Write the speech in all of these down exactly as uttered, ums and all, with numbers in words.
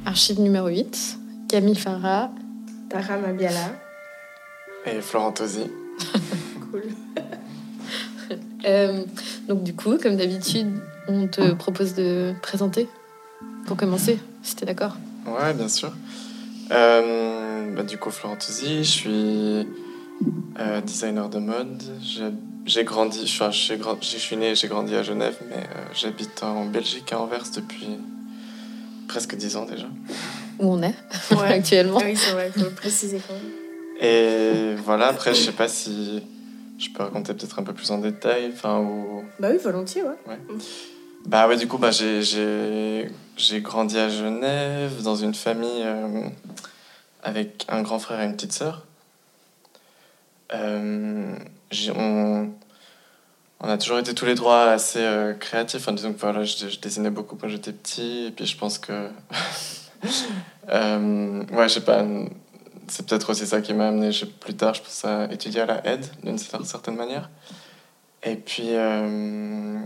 Archive numéro huit, Camille Farah, Tara Mabiala et Florent Tosi. Cool. euh, donc du coup, comme d'habitude, on te propose de présenter pour commencer, si t'es d'accord. Ouais, bien sûr. Euh, bah, du coup, Florent Tosi, je suis euh, designer de mode. J'ai, j'ai grandi, enfin, j'ai, grand, je suis né et j'ai grandi à Genève, mais euh, j'habite en Belgique, à Anvers, depuis presque dix ans déjà. Où on est Ouais. actuellement. Ah oui, c'est vrai, il faut le préciser quand même. Et voilà, après, je sais pas si je peux raconter peut-être un peu plus en détail, enfin, ou... Bah oui, volontiers, ouais. Ouais. Bah ouais, du coup, bah, j'ai, j'ai, j'ai grandi à Genève, dans une famille euh, avec un grand frère et une petite sœur. Euh, j'ai, on, on a toujours été tous les trois assez euh, créatifs. Enfin, disons que voilà, je, je dessinais beaucoup quand j'étais petit, et puis je pense que... euh, ouais, je sais pas... C'est peut-être aussi ça qui m'a amené je, plus tard, je pense, à étudier à la Aide, d'une certaine manière. Et puis, euh,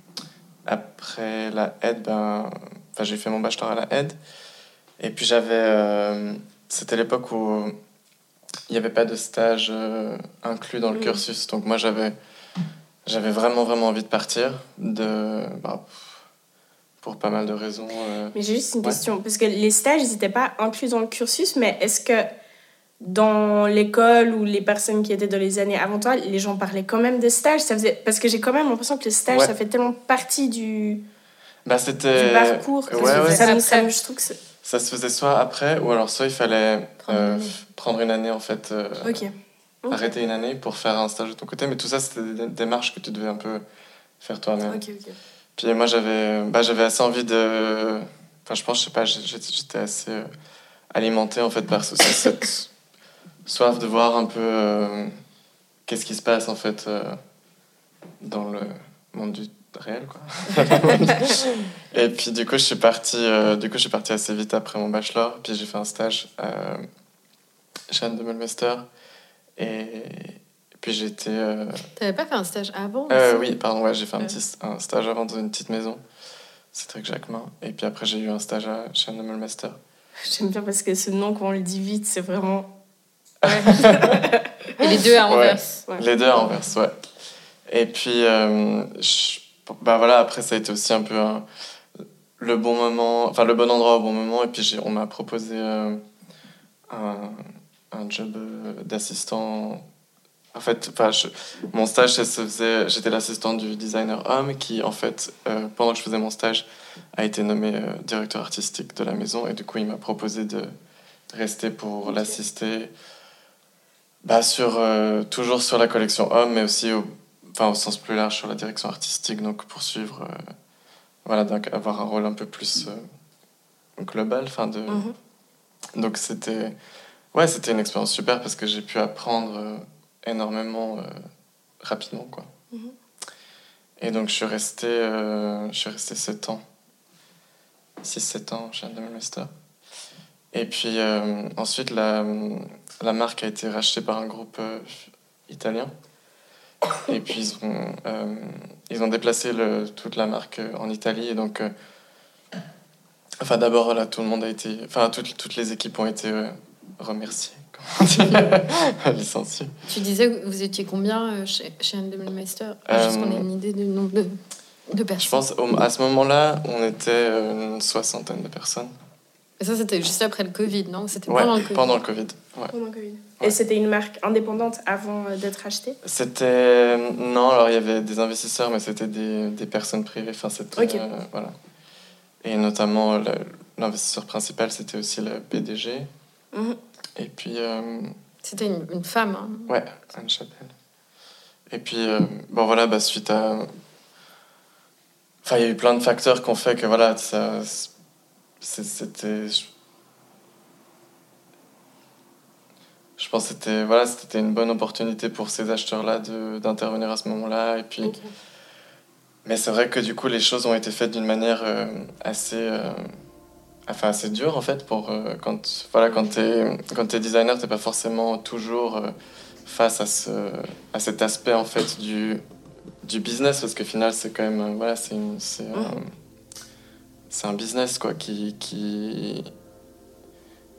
après la Aide, ben, enfin, j'ai fait mon bachelor à la Aide. Et puis, j'avais... Euh, c'était l'époque où il n'y avait pas de stage euh, inclus dans le mmh. cursus. Donc, moi, j'avais, j'avais vraiment, vraiment envie de partir. De, bah, pour pas mal de raisons. Euh... Mais j'ai juste une ouais. question. Parce que les stages, ils n'étaient pas inclus dans le cursus, mais est-ce que... dans l'école ou les personnes qui étaient dans les années avant toi, les gens parlaient quand même des stages, ça faisait... parce que j'ai quand même l'impression que le stage, ouais. ça fait tellement partie du, bah, c'était... du parcours. Ouais, ouais, ouais. Ça, ça, je trouve que c'est... ça se faisait soit après, ou alors soit il fallait prendre, euh, une, année. prendre une année, en fait, euh, okay. Okay. arrêter une année pour faire un stage de ton côté, mais tout ça, c'était des démarches que tu devais un peu faire toi-même. Okay, okay. Puis moi, j'avais, bah, j'avais assez envie de... Enfin, je pense, je sais pas, j'étais assez euh, alimenté, en fait, par ce, cette... soif de voir un peu euh, qu'est-ce qui se passe en fait euh, dans le monde du réel, quoi. Et puis du coup je suis parti euh, du coup je suis parti assez vite après mon bachelor, puis j'ai fait un stage euh, chez Anne de Mulmester et... et puis j'ai été euh... T'avais pas fait un stage avant euh, oui pardon ouais j'ai fait un ouais. petit un stage avant dans une petite maison, Cédric Jacquemin, et puis après j'ai eu un stage à... chez Anne de Mulmester. J'aime bien parce que ce nom, quand on le dit vite, c'est vraiment... Ouais. Et les deux à Anvers. Ouais, ouais. Les deux à Anvers, ouais. Et puis, euh, je, bah voilà, après, ça a été aussi un peu un, le bon moment, enfin, le bon endroit au bon moment. Et puis, j'ai, on m'a proposé euh, un, un job d'assistant. En fait, je, mon stage, ça se faisait, j'étais l'assistant du designer homme qui, en fait, euh, pendant que je faisais mon stage, a été nommé euh, directeur artistique de la maison. Et du coup, il m'a proposé de rester pour okay. l'assister. Bah sur, euh, toujours sur la collection homme, mais aussi au, enfin, au sens plus large sur la direction artistique, donc poursuivre, euh, voilà, donc avoir un rôle un peu plus euh, global. De... Mm-hmm. Donc c'était, ouais, c'était une expérience super parce que j'ai pu apprendre euh, énormément euh, rapidement, quoi. Mm-hmm. Et donc je suis resté, euh, je suis resté sept ans, six sept ans chez Anne de Mulmester. Et puis euh, ensuite, la, la marque a été rachetée par un groupe euh, italien. Et puis ils ont, euh, ils ont déplacé le, toute la marque en Italie. Et donc, euh, enfin, d'abord, là, tout le monde a été. Enfin, toutes, toutes les équipes ont été euh, remerciées, comment dire, licenciées. Tu disais que vous étiez combien chez, chez Anne de Mulmester euh, Juste qu'on ait une idée du nombre de, de personnes. Je pense au, à ce moment-là, on était une soixantaine de personnes. Et ça, c'était juste après le Covid, non? C'était ouais, pendant le Covid. Pendant le Covid, ouais. Pendant le Covid. Ouais. Et c'était une marque indépendante avant d'être achetée? C'était... Non, alors il y avait des investisseurs, mais c'était des, des personnes privées. Enfin, c'était... Okay. Euh, voilà. Et notamment, le, l'investisseur principal, c'était aussi le P D G. Mm-hmm. Et puis... Euh... C'était une, une femme, hein? Ouais, Anne Chapelle. Et puis, euh, bon voilà, bah, suite à... Enfin, il y a eu plein de facteurs qui ont fait que, voilà, ça... C'était... Je pense que c'était, voilà, c'était une bonne opportunité pour ces acheteurs-là de, d'intervenir à ce moment-là. Et puis... Okay. Mais c'est vrai que du coup, les choses ont été faites d'une manière euh, assez, euh, enfin, assez dure, en fait. Pour, euh, quand, voilà, quand t'es, quand t'es designer, t'es pas forcément toujours euh, face à, ce, à cet aspect, en fait, du, du business. Parce qu'au final, c'est quand même... Voilà, c'est, une, c'est, mmh. un, c'est un business, quoi, qui... qui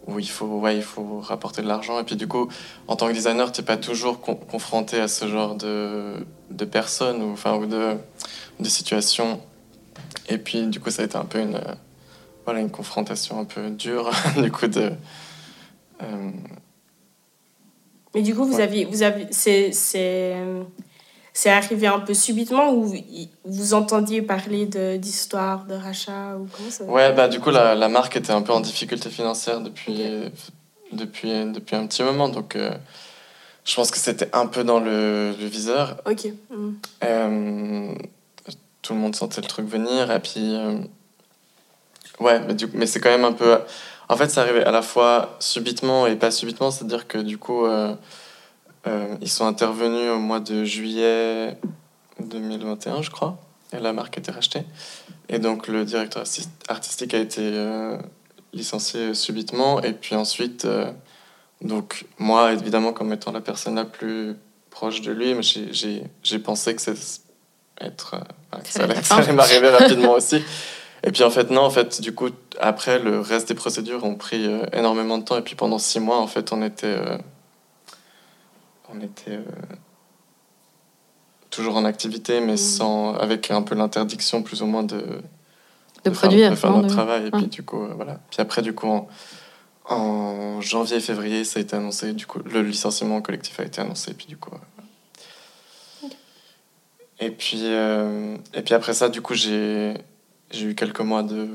où il faut, ouais, il faut rapporter de l'argent. Et puis du coup, en tant que designer, tu n'es pas toujours con- confronté à ce genre de, de personnes ou, enfin, ou de, de situations. Et puis du coup, ça a été un peu une, euh, voilà, une confrontation un peu dure, du coup, de... Euh, Mais du coup, vous ouais. aviez, vous aviez, c'est, c'est, c'est arrivé un peu subitement ou vous, vous entendiez parler de, d'histoires, de rachat ou comment ça? Ouais, bah du coup, la, la marque était un peu en difficulté financière depuis, Ok. depuis, depuis un petit moment. Donc, euh, je pense que c'était un peu dans le, le viseur. Ok. Mm. Euh, tout le monde sentait le truc venir. Et puis, euh, ouais, mais, du, mais c'est quand même un peu... En fait, ça arrivait à la fois subitement et pas subitement. C'est-à-dire que du coup, euh, euh, ils sont intervenus au mois de juillet deux mille vingt et un, je crois. Et la marque a été rachetée. Et donc, le directeur artistique a été euh, licencié subitement. Et puis ensuite, euh, donc, moi, évidemment, comme étant la personne la plus proche de lui, j'ai, j'ai, j'ai pensé que, c'est être, euh, voilà, que ça, allait, ça allait m'arriver rapidement aussi. Et puis en fait, non, en fait, du coup, après, le reste des procédures ont pris euh, énormément de temps. Et puis pendant six mois, en fait, on était, euh, on était euh, toujours en activité, mais sans, avec un peu l'interdiction, plus ou moins, de, De, de, produire, faire, de faire notre de... travail. Et ouais. puis du coup, euh, voilà. Puis après, du coup, en, en janvier et février, ça a été annoncé. Du coup, le licenciement collectif a été annoncé. Et puis du coup... Euh, Et puis, euh, et puis après ça, du coup, j'ai, j'ai eu quelques mois de,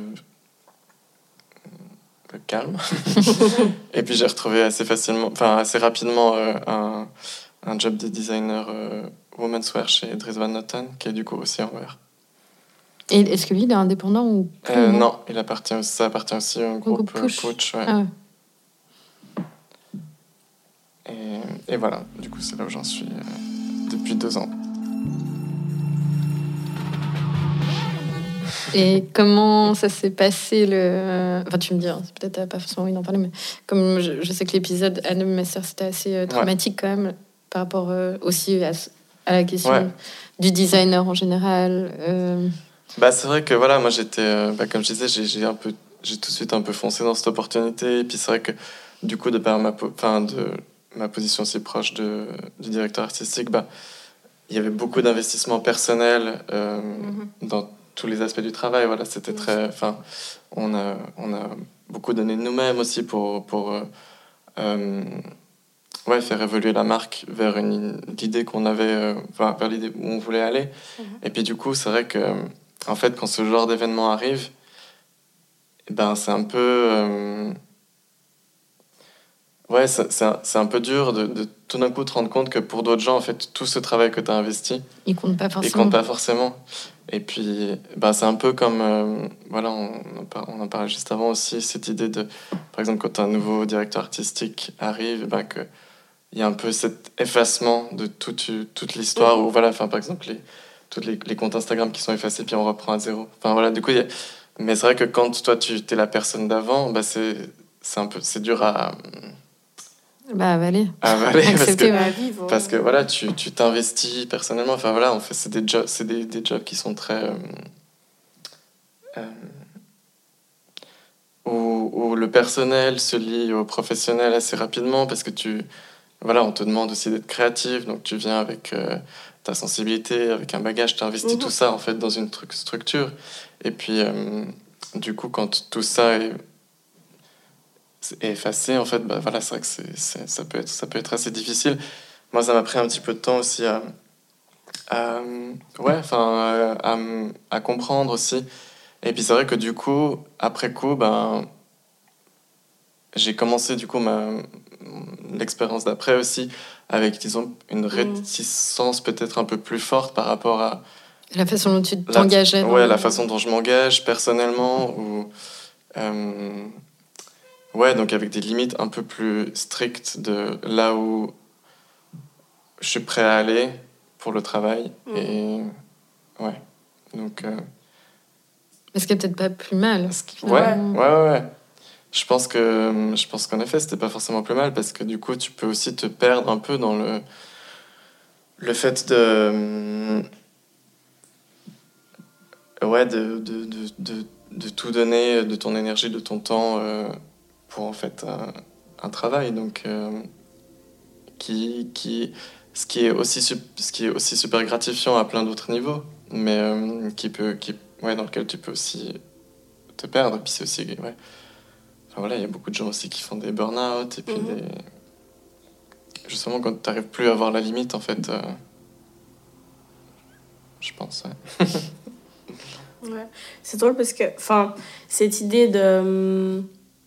de calme. Et puis j'ai retrouvé assez facilement, enfin assez rapidement, euh, un, un job de designer euh, women's wear chez Dries Van Noten, qui est du coup aussi en wear. Et est-ce que lui, il est indépendant ou plus, euh, non, non, il appartient, ça appartient aussi au groupe, groupe Push. Push ouais. Ah ouais. Et, et voilà, du coup, c'est là où j'en suis euh, depuis deux ans. Et comment ça s'est passé le... Enfin, tu me dis, hein, c'est peut-être pas forcément envie d'en parler, mais comme je, je sais que l'épisode Anne Messer, c'était assez euh, traumatique ouais. quand même, par rapport euh, aussi à, à la question ouais. du designer en général. Euh... Bah, c'est vrai que voilà, moi j'étais, euh, bah, comme je disais, j'ai, j'ai, un peu, j'ai tout de suite un peu foncé dans cette opportunité. Et puis c'est vrai que du coup, de par ma, po- de ma position si proche de, du directeur artistique, bah, il y avait beaucoup d'investissements personnels euh, mm-hmm. dans tous les aspects du travail. Voilà, c'était très, enfin, on a, on a beaucoup donné de nous-mêmes aussi pour, pour euh, euh, ouais, faire évoluer la marque vers une, l'idée qu'on avait, euh, enfin, vers l'idée où on voulait aller. Mm-hmm. Et puis du coup, c'est vrai que, en fait, quand ce genre d'événement arrive, ben c'est un peu, euh, ouais, c'est, c'est, un, c'est un peu dur de, de tout d'un coup te rendre compte que pour d'autres gens, en fait, tout ce travail que tu as investi, il compte pas forcément. Il compte pas forcément. Et puis, ben, c'est un peu comme, euh, voilà, on en, par, on en parlait juste avant aussi, cette idée de, par exemple, quand un nouveau directeur artistique arrive, ben, que il y a un peu cet effacement de toute, toute l'histoire, mmh. où, voilà, enfin, par exemple, les, tous les, les comptes Instagram qui sont effacés, puis on reprend à zéro. Enfin, voilà, du coup, y a... mais c'est vrai que quand toi, tu es la personne d'avant, ben, c'est, c'est un peu, c'est dur à... Bah, avaler. À avaler, parce que, à vivre, parce que voilà, tu, tu t'investis personnellement. Enfin, voilà, on fait, c'est des jobs, c'est des, des jobs qui sont très... Euh, euh, où, où le personnel se lie au professionnel assez rapidement, parce que tu... Voilà, on te demande aussi d'être créatif, donc tu viens avec euh, ta sensibilité, avec un bagage, tu investis mmh. tout ça en fait dans une truc, structure. Et puis, euh, du coup, quand tout ça est, est effacé, en fait, bah, voilà, c'est vrai que c'est, c'est, ça, peut être, ça peut être assez difficile. Moi, ça m'a pris un petit peu de temps aussi à, à, ouais, enfin, à, à comprendre aussi. Et puis, c'est vrai que du coup, après coup, ben, j'ai commencé du coup ma l'expérience d'après aussi avec, disons, une réticence mmh. peut-être un peu plus forte par rapport à la façon dont tu t'engageais. La, ouais, la façon dont je m'engage personnellement, ou euh, ouais, donc avec des limites un peu plus strictes de là où je suis prêt à aller pour le travail. Mmh. Et ouais, donc. Euh, Est-ce qu'il n'y a peut-être pas plus mal? Ouais, ouais, ouais, ouais, ouais. Je pense que je pense qu'en effet c'était pas forcément plus mal, parce que du coup tu peux aussi te perdre un peu dans le le fait de ouais de de, de, de, de tout donner, de ton énergie, de ton temps euh, pour en fait un, un travail. Donc, euh, qui, qui, ce, qui est aussi, ce qui est aussi super gratifiant à plein d'autres niveaux, mais euh, qui peut, qui, ouais, dans lequel tu peux aussi te perdre. Et puis c'est aussi... Ouais. Enfin, voilà, il y a beaucoup de gens aussi qui font des burn-out, et puis mmh. des... Justement, quand tu n'arrives plus à voir la limite, en fait... Euh, je pense, ouais. Ouais. C'est drôle parce que, enfin, cette idée de...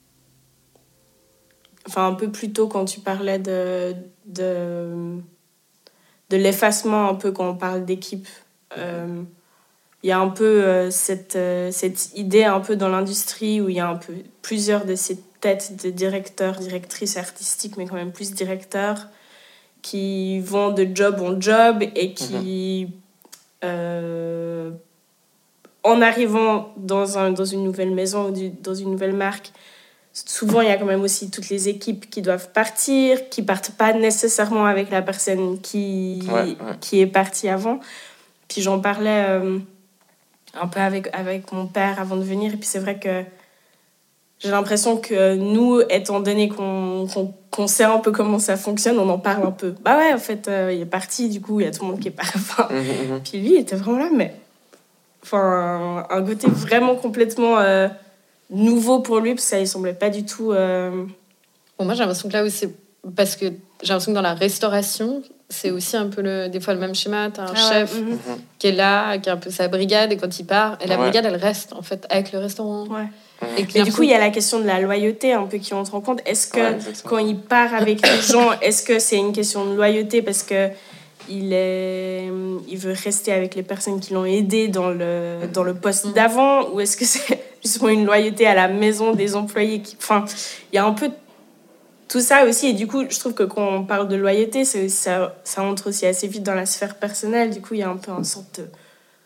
Enfin, un peu plus tôt, quand tu parlais de... de, de l'effacement, un peu, quand on parle d'équipe, euh, il y a un peu euh, cette, euh, cette idée un peu dans l'industrie où il y a un peu plusieurs de ces têtes de directeurs, directrices artistiques, mais quand même plus directeurs, qui vont de job en job et qui, mmh. euh, en arrivant dans, un, dans une nouvelle maison ou du, dans une nouvelle marque, souvent il y a quand même aussi toutes les équipes qui doivent partir, qui partent pas nécessairement avec la personne qui, ouais, ouais. qui est partie avant. Puis j'en parlais euh, un peu avec, avec mon père avant de venir, et puis c'est vrai que j'ai l'impression que nous, étant donné qu'on, qu'on, qu'on sait un peu comment ça fonctionne, on en parle un peu. Bah ouais, en fait, euh, il est parti, du coup, il y a tout le monde qui est parti. Enfin, mmh. Puis lui, il était vraiment là, mais... Enfin, un, un côté vraiment complètement euh, nouveau pour lui, parce que ça ne semblait pas du tout... Euh... Bon, moi, j'ai l'impression que là où c'est... Parce que j'ai l'impression que dans la restauration, c'est aussi un peu, le, des fois, le même schéma. Tu as un ah chef ouais, mmh. qui est là, qui a un peu sa brigade, et quand il part, et la ouais. brigade, elle reste, en fait, avec le restaurant. Ouais. Et, et du coup, il y a la question de la loyauté un peu qui entre en compte. Est-ce que ouais, quand il part avec les gens, est-ce que c'est une question de loyauté parce que il est, il veut rester avec les personnes qui l'ont aidé dans le dans le poste d'avant, ou est-ce que c'est justement une loyauté à la maison des employés qui, enfin, il y a un peu tout ça aussi. Et du coup, je trouve que quand on parle de loyauté, c'est, ça ça entre aussi assez vite dans la sphère personnelle. Du coup, il y a un peu une sorte de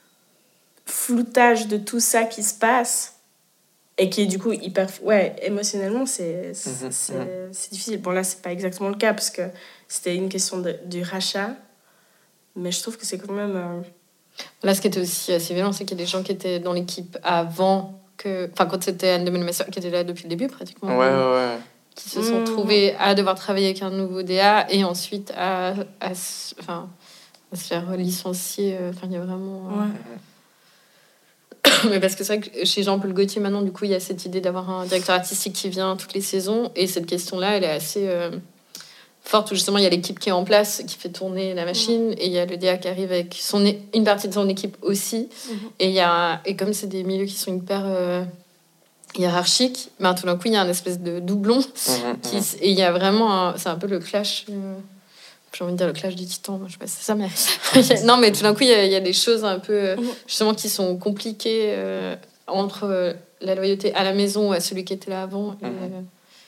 floutage de tout ça qui se passe. Et qui est du coup hyper... Ouais, émotionnellement, c'est, c'est, mmh, c'est, mmh. c'est difficile. Bon, là, c'est pas exactement le cas, parce que c'était une question de, du rachat. Mais je trouve que c'est quand même... Euh... Là, ce qui était aussi assez violent, c'est qu'il y a des gens qui étaient dans l'équipe avant que... Enfin, quand c'était Anne de Mélomesseur, qui était là depuis le début, pratiquement. Ouais, ouais, ouais. Qui se sont mmh. trouvés à devoir travailler avec un nouveau D A, et ensuite à, à, enfin, à se faire licencier. Enfin, il y a vraiment... Ouais. Euh... Mais parce que c'est vrai que chez Jean-Paul Gaultier, maintenant, du coup, il y a cette idée d'avoir un directeur artistique qui vient toutes les saisons. Et cette question-là, elle est assez euh, forte, où justement, il y a l'équipe qui est en place, qui fait tourner la machine. Mmh. Et il y a le D A qui arrive avec son é- une partie de son équipe aussi. Mmh. Et, y a, et comme c'est des milieux qui sont hyper euh, hiérarchiques, ben, tout d'un coup, il y a un espèce de doublon. Mmh. Qui, et il y a vraiment... Un, c'est un peu le clash... Euh, j'ai envie de dire le clash du titan, je sais pas si c'est ça, mais... non, mais tout d'un coup, il y, y a des choses un peu, justement, qui sont compliquées euh, entre euh, la loyauté à la maison ou à celui qui était là avant. Et, euh...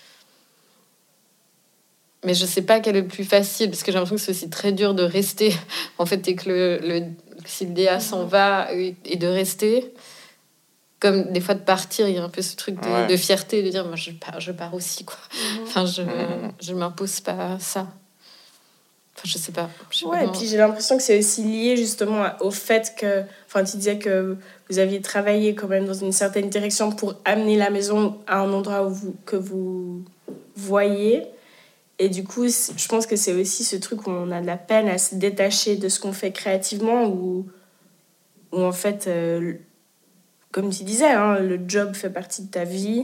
Mais je sais pas quel est le plus facile, parce que j'ai l'impression que c'est aussi très dur de rester, en fait, et que le, le, si le D A s'en va, et, et de rester, comme des fois de partir, il y a un peu ce truc de, ouais. de fierté, de dire, moi, je pars, je pars aussi, quoi. Enfin, je ne m'impose pas ça. Enfin, je sais pas. Je sais ouais, pas et puis j'ai l'impression que c'est aussi lié justement au fait que... Enfin, tu disais que vous aviez travaillé quand même dans une certaine direction pour amener la maison à un endroit où vous, que vous voyez. Et du coup, je pense que c'est aussi ce truc où on a de la peine à se détacher de ce qu'on fait créativement, où, où en fait, euh, comme tu disais, hein, le job fait partie de ta vie.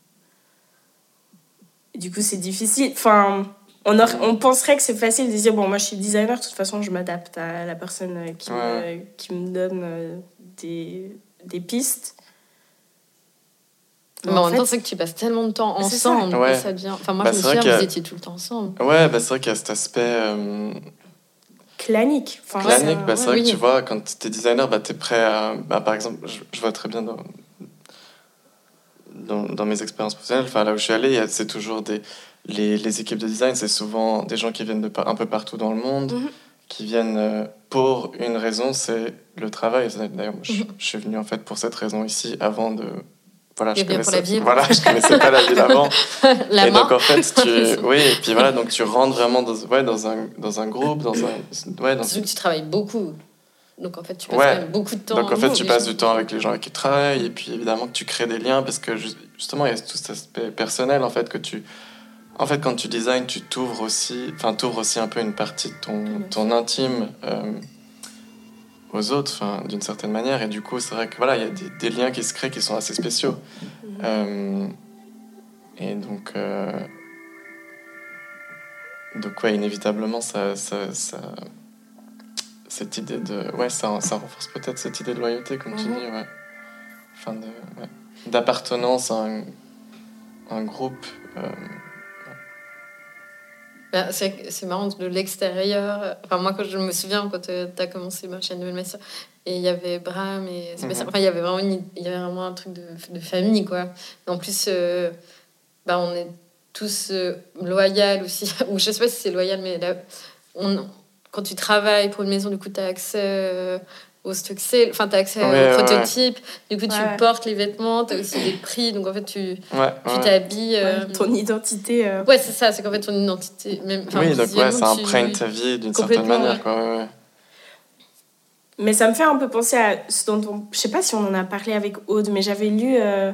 Et du coup, c'est difficile. Enfin... On, a, on penserait que c'est facile de dire, bon, moi, je suis designer, de toute façon, je m'adapte à la personne qui, ouais. me, qui me donne des, des pistes. Mais, Mais en, en même fait, temps, c'est que tu passes tellement de temps ensemble, ça. Ouais. Ça devient... Enfin, moi, bah, je me souviens, vous a... étiez tout le temps ensemble. Ouais, bah, c'est vrai qu'il y a cet aspect... Euh... Clanique. Enfin, Clanique, bah, c'est ouais, vrai oui. que tu vois, quand t'es designer, bah, t'es prêt à... Bah, par exemple, je, je vois très bien dans, dans, dans mes expériences professionnelles, enfin, là où je suis allé, c'est toujours des... Les, les équipes de design, c'est souvent des gens qui viennent de par, un peu partout dans le monde, mmh. qui viennent euh, pour une raison, c'est le travail. D'ailleurs, moi, je, je suis venu en fait pour cette raison ici, avant de... Voilà, je connaissais, pour la ville. Voilà, je connaissais pas la ville avant. La et main. Donc en fait, tu... oui, et puis voilà, donc tu rentres vraiment dans, ouais, dans, un, dans un groupe, dans un... Ouais, dans... C'est que tu travailles beaucoup. Donc en fait, tu passes ouais. quand même beaucoup de temps. Donc en fait, tu passes du temps avec les gens avec qui tu travailles, et puis évidemment que tu crées des liens, parce que justement, il y a tout cet aspect personnel, en fait, que tu... En fait, quand tu designs, tu t'ouvres aussi, enfin, t'ouvres aussi un peu une partie de ton, ton intime euh, aux autres, enfin, d'une certaine manière, et du coup, c'est vrai que voilà, il y a des, des liens qui se créent qui sont assez spéciaux. Mm-hmm. Euh, et donc... Euh, donc ouais, inévitablement, ça... ça, ça cette idée de... Ouais, ça, ça renforce peut-être cette idée de loyauté, comme mm-hmm. tu dis, ouais. Enfin, de, ouais. d'appartenance à un, un groupe. Euh, ouais. Ben, c'est, c'est marrant, de l'extérieur... Enfin, moi, quand je me souviens, quand tu as commencé Marche à Nouvelle-Masseur, et il y avait Bram, et Sébastien... Mm-hmm. Enfin, il y avait vraiment, une, il y avait vraiment un truc de, de famille, quoi. Et en plus, euh, ben, on est tous euh, loyaux aussi. Ou je sais pas si c'est loyal, mais là, on... Quand tu travailles pour une maison, du coup, tu as accès euh, au stock sale, enfin, tu as accès ouais, au prototype. Ouais. Du coup, tu ouais. portes les vêtements, tu as aussi des prix. Donc, en fait, tu, ouais, tu ouais. t'habilles. Euh... Ouais, ton identité. Euh... Ouais, c'est ça. C'est qu'en fait, ton identité. Même, oui, donc, ouais, ça imprègne tu... ta vie d'une certaine manière. Quoi, ouais, ouais. Mais ça me fait un peu penser à ce dont on... Je sais pas si on en a parlé avec Aude, mais j'avais lu euh,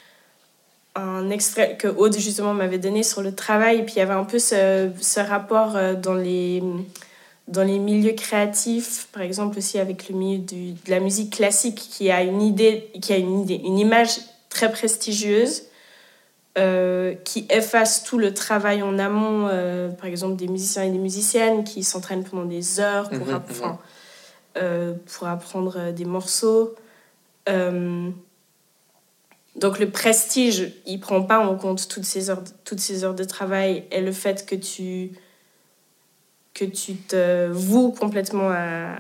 un extrait que Aude, justement, m'avait donné sur le travail. Et puis, il y avait un peu ce, ce rapport euh, dans les... dans les milieux créatifs, par exemple aussi avec le milieu du, de la musique classique, qui a une idée, qui a une idée, une image très prestigieuse, euh, qui efface tout le travail en amont, euh, par exemple des musiciens et des musiciennes qui s'entraînent pendant des heures pour, mmh, app- mmh. euh, pour apprendre des morceaux. Euh, donc le prestige, il prend pas en compte toutes ces heures, toutes ces heures de travail et le fait que tu que tu te voues complètement à,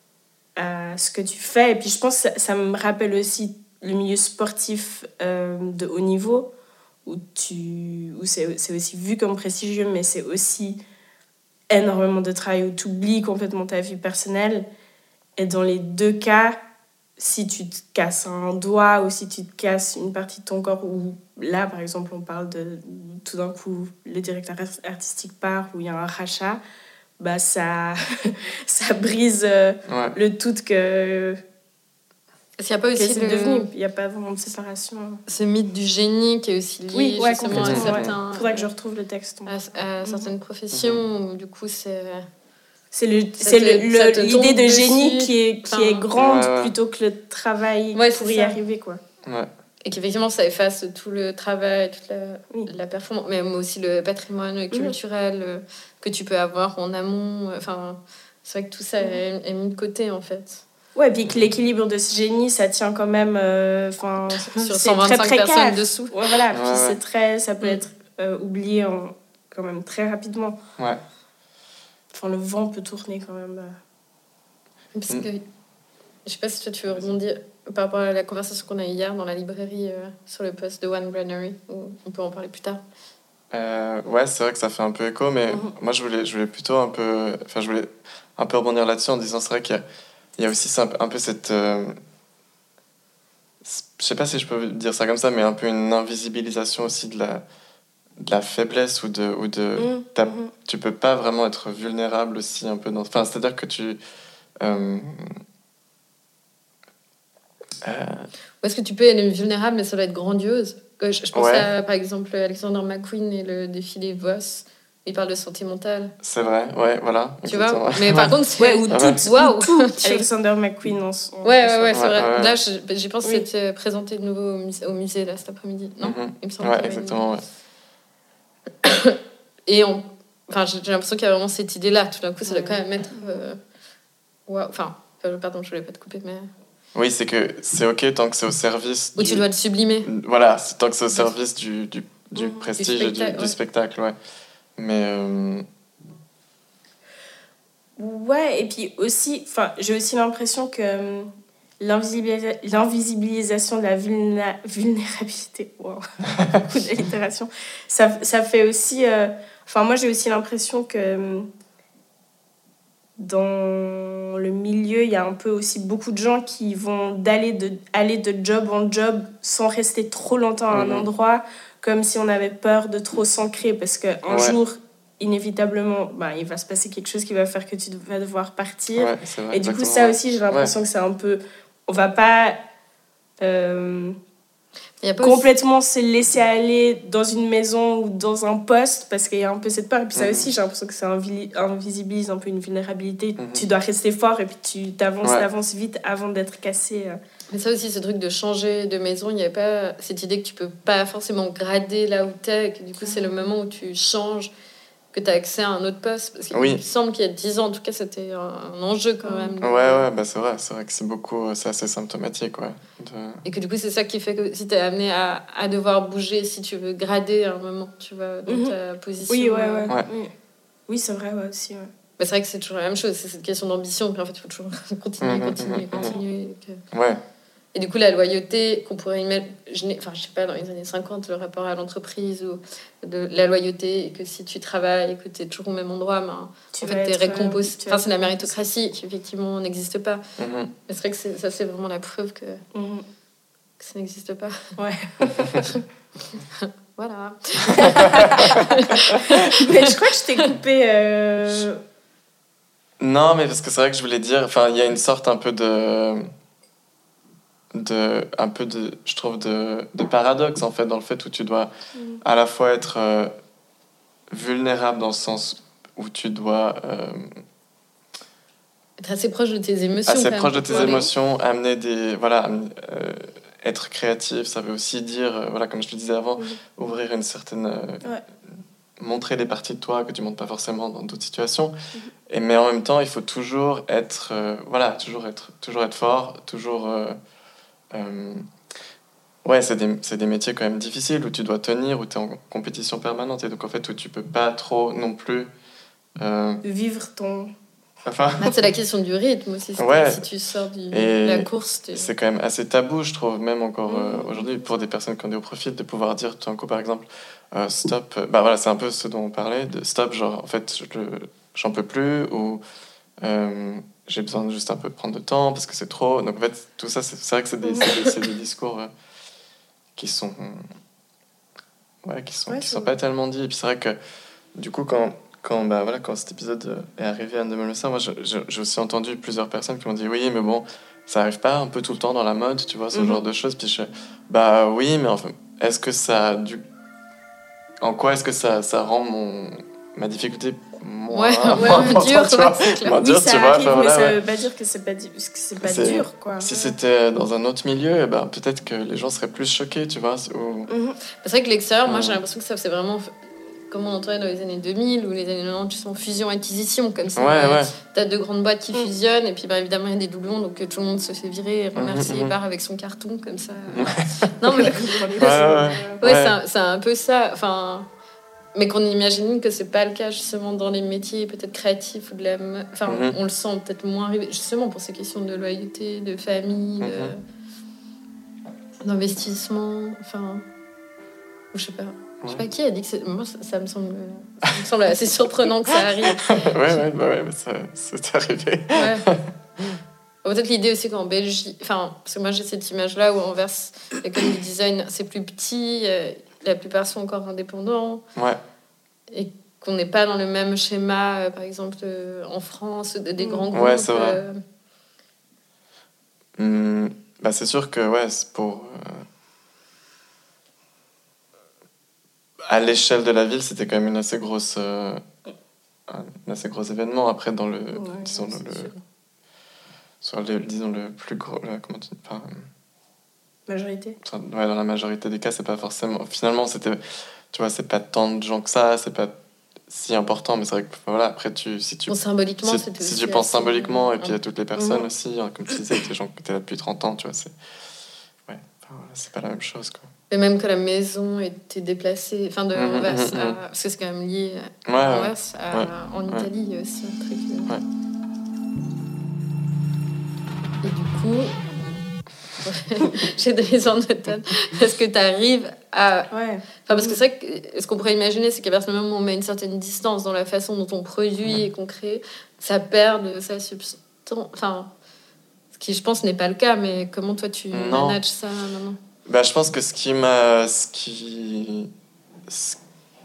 à ce que tu fais. Et puis je pense que ça, ça me rappelle aussi le milieu sportif euh, de haut niveau, où, tu, où c'est, c'est aussi vu comme prestigieux, mais c'est aussi énormément de travail, où tu oublies complètement ta vie personnelle. Et dans les deux cas, si tu te casses un doigt ou si tu te casses une partie de ton corps, ou là, par exemple, on parle de tout d'un coup, le directeur artistique part, où il y a un rachat, bah ça, ça brise euh, ouais. le tout que, Parce qu'il y a pas aussi que c'est le... devenu. Il n'y a pas vraiment de séparation. Ce mythe du génie qui est aussi lié oui, ouais, justement à certains... Il faudrait que je retrouve le texte. À, à certaines mmh. professions, mmh. où du coup c'est... C'est, le, c'est te, le, le, l'idée de génie qui est, qui enfin, est grande ouais, ouais. plutôt que le travail ouais, pour y ça. arriver, quoi. Ouais. Et qu'effectivement, ça efface tout le travail, toute la, oui. la performance, mais aussi le patrimoine culturel mmh. que tu peux avoir en amont. Enfin, c'est vrai que tout ça mmh. est, est mis de côté, en fait. Ouais, et puis que l'équilibre de ce génie, ça tient quand même... Euh, sur cent vingt-cinq très personnes dessous. Ouais, voilà, puis ouais, c'est très, ça peut mmh. être euh, oublié en, quand même très rapidement. Ouais. Enfin, le vent peut tourner quand même. Parce que... Je sais pas si toi, tu veux rebondir par rapport à la conversation qu'on a eu hier dans la librairie euh, sur le post de One Granary, où on peut en parler plus tard. Euh, ouais, c'est vrai que ça fait un peu écho, mais mm-hmm. moi, je voulais, je voulais plutôt un peu... Enfin, je voulais un peu rebondir là-dessus en disant, c'est vrai qu'il y a, il y a aussi un peu, un peu cette... Euh, je sais pas si je peux dire ça comme ça, mais un peu une invisibilisation aussi de la, de la faiblesse ou de... Ou de mm-hmm. Tu peux pas vraiment être vulnérable aussi un peu dans... Enfin, c'est-à-dire que tu... Euh, Euh... Ou est-ce que tu peux être vulnérable, mais ça doit être grandiose? Je, je pense ouais. à, par exemple, Alexander McQueen et le défilé Voss. Il parle de santé mentale. C'est vrai, ouais, voilà. Tu vois? Mais par contre, c'est... Ouais, ou ah tout, ouais. ou tout. Alexander McQueen en son... Ouais, ouais, ouais, c'est vrai. Ouais, ouais. Là, je, j'y pense oui. que c'était présenté de nouveau au musée, au musée là, cet après-midi. Non mm-hmm. Il me semble ouais, exactement, une... ouais. Et on... enfin, j'ai l'impression qu'il y a vraiment cette idée-là. Tout d'un coup, ça doit quand même être... Euh... Wow. Enfin, pardon, je voulais pas te couper, mais... Oui, c'est que c'est ok tant que c'est au service. Ou du... tu dois le sublimer. Voilà, c'est tant que c'est au service du, du, du mmh, prestige du spectacle, et du, ouais. du spectacle, ouais. Mais. Euh... Ouais, et puis aussi, enfin, j'ai aussi l'impression que l'invisibilisa... l'invisibilisation de la vulna... vulnérabilité, wow, beaucoup d'allitération, ça, ça fait aussi. Enfin, euh... moi, j'ai aussi l'impression que. Dans le milieu, il y a un peu aussi beaucoup de gens qui vont d'aller de, aller de job en job sans rester trop longtemps à un mmh. endroit, comme si on avait peur de trop s'ancrer, parce qu'un ouais. jour, inévitablement, bah, il va se passer quelque chose qui va faire que tu vas devoir partir. Ouais, c'est vrai, et du coup, exactement, ça ouais. aussi, j'ai l'impression Ouais. que c'est un peu... On va pas... Euh, Il y a pas complètement aussi... se laisser aller dans une maison ou dans un poste parce qu'il y a un peu cette peur. Et puis ça mm-hmm. aussi, j'ai l'impression que ça invi- invisibilise un peu une vulnérabilité. Mm-hmm. Tu dois rester fort et puis tu t'avances, ouais. t'avances vite avant d'être cassé. Mais ça aussi, ce truc de changer de maison, il n'y a pas cette idée que tu peux pas forcément grader là où t'es, et que du coup, c'est le moment où tu changes que tu as accès à un autre poste. Parce qu'il oui. me semble qu'il y a dix ans, en tout cas, c'était un enjeu quand même. Ouais, ouais, bah c'est vrai. C'est vrai que c'est beaucoup... C'est assez symptomatique, ouais. De... Et que du coup, c'est ça qui fait que si tu es amené à, à devoir bouger, si tu veux grader à un moment, tu vois, dans mm-hmm. ta position... Oui, ouais, ouais. ouais. Oui. oui, c'est vrai, ouais, aussi, ouais. Bah, c'est vrai que c'est toujours la même chose. C'est cette question d'ambition. Puis en fait, il faut toujours continuer, mm-hmm, continuer, mm-hmm. continuer. Que... Ouais. Et du coup, la loyauté qu'on pourrait imaginer, enfin, je sais pas, dans les années cinquante, le rapport à l'entreprise ou de la loyauté, et que si tu travailles et que tu es toujours au même endroit, ben, tu en fait, tu es récompensé. Enfin, c'est la méritocratie qui, effectivement, n'existe pas. Mm-hmm. Mais c'est vrai que c'est, ça, c'est vraiment la preuve que, mm-hmm. que ça n'existe pas. Ouais. Voilà. Mais je crois que je t'ai coupé... Euh... Non, mais parce que c'est vrai que je voulais dire... Enfin, il y a une sorte un peu de... de un peu de je trouve de, de paradoxe en fait dans le fait où tu dois mmh. à la fois être euh, vulnérable dans le sens où tu dois euh, être assez proche de tes émotions assez quand proche même, de tes émotions les... amener des voilà euh, être créatif, ça veut aussi dire euh, voilà comme je le disais avant mmh. ouvrir une certaine euh, ouais. montrer des parties de toi que tu montres pas forcément dans d'autres situations mmh. et mais en même temps il faut toujours être euh, voilà toujours être toujours être fort toujours euh, Euh, ouais, c'est des, c'est des métiers quand même difficiles où tu dois tenir, où tu es en compétition permanente et donc en fait où tu peux pas trop non plus euh... vivre ton... Enfin... Ah, c'est la question du rythme aussi, ouais. Si tu sors du, de la course. T'es... C'est quand même assez tabou, je trouve, même encore mmh. euh, aujourd'hui, pour des personnes qui ont des hauts profils, de pouvoir dire tout d'un coup, par exemple, euh, stop, bah voilà, c'est un peu ce dont on parlait, de stop, genre en fait, je, j'en peux plus, ou... Euh, j'ai besoin de juste un peu prendre de temps parce que c'est trop. Donc en fait, tout ça, c'est, c'est vrai que c'est des, c'est des, c'est des discours euh, qui sont, ouais, qui sont, ouais, qui sont pas tellement dits. Et puis c'est vrai que du coup, quand, quand, bah, voilà, quand cet épisode est arrivé à Anne-de-Melissa, moi, je, je, j'ai aussi entendu plusieurs personnes qui m'ont dit oui, mais bon, ça arrive pas un peu tout le temps dans la mode, tu vois, ce mm-hmm. genre de choses. Puis je, bah oui, mais enfin, est-ce que ça, du, en quoi est-ce que ça, ça rend mon ma difficulté moins, ouais, moins, ouais, moins dur, tu vois, ouais, moins oui, dur, ça tu vois, arrive, enfin, mais voilà, ça ouais. veut pas dire que c'est pas, que c'est pas c'est, dur, quoi. Si ouais. c'était dans un autre milieu, eh ben, peut-être que les gens seraient plus choqués, tu vois. Ou... Mm-hmm. C'est vrai que l'extérieur, mm-hmm. moi, j'ai l'impression que ça, c'est vraiment comme on entendait dans les années deux mille ou les années quatre-vingt-dix, tu sens fusion-acquisition, comme ça. Ouais, ouais. T'as deux grandes boîtes qui mm. fusionnent, et puis bah, évidemment, il y a des doublons, donc tout le monde se fait virer et remercier mm-hmm. et part avec son carton, comme ça. Non, mais... ouais, ouais, ouais. ouais, ouais. C'est, un, c'est un peu ça. Enfin... Mais qu'on imagine que c'est pas le cas justement dans les métiers peut-être créatifs ou de la... Enfin, mm-hmm. on le sent peut-être moins arriver, justement pour ces questions de loyauté, de famille, mm-hmm. de... d'investissement, enfin... Je sais pas. Je sais pas qui a dit que c'est... Moi, ça, ça, me semble... ça me semble assez surprenant que ça arrive. ouais, ouais, bah ouais, ça, c'est arrivé. Ouais. Peut-être l'idée aussi qu'en Belgique... Enfin, parce que moi, j'ai cette image-là où en Anvers, l'école du design, c'est plus petit... Euh... La plupart sont encore indépendants. Ouais. Et qu'on n'est pas dans le même schéma, euh, par exemple, euh, en France, des, des grands groupes. Ouais, c'est vrai. Euh... Mmh, bah, c'est sûr que, ouais, c'est pour... Euh... À l'échelle de la ville, c'était quand même une assez grosse... Euh... un assez gros événement. Après, dans le... Ouais, disons, dans le... Sur le, disons, le plus gros... Le, comment tu dis enfin, Majorité. Ouais, dans la majorité des cas, c'est pas forcément... Finalement, c'était... Tu vois, c'est pas tant de gens que ça, c'est pas si important, mais c'est vrai que, voilà, après, tu... Si tu bon, symboliquement, si, c'était Si aussi tu penses assez... symboliquement, et puis il y a toutes les personnes mmh. aussi, hein, comme tu disais, des gens qui étaient là depuis trente ans, tu vois, c'est... Ouais, enfin, voilà, c'est pas la même chose, quoi. Et même que la maison était déplacée, enfin, de mmh, Anvers mmh, à... mmh. Parce que c'est quand même lié à ouais, Anvers, ouais. à... Ouais. en Italie, il y a aussi un truc... Ouais. Et du coup... j'ai des annotations. Est-ce que tu arrives à... Ouais. Enfin, parce que c'est vrai que ce qu'on pourrait imaginer, c'est qu'à partir du moment où on met une certaine distance dans la façon dont on produit et qu'on crée, ça perd de sa substance. Enfin, ce qui, je pense, n'est pas le cas, mais comment toi, tu non. manages ça maintenant ? Bah, je pense que ce qui m'a... Ce qui... Ce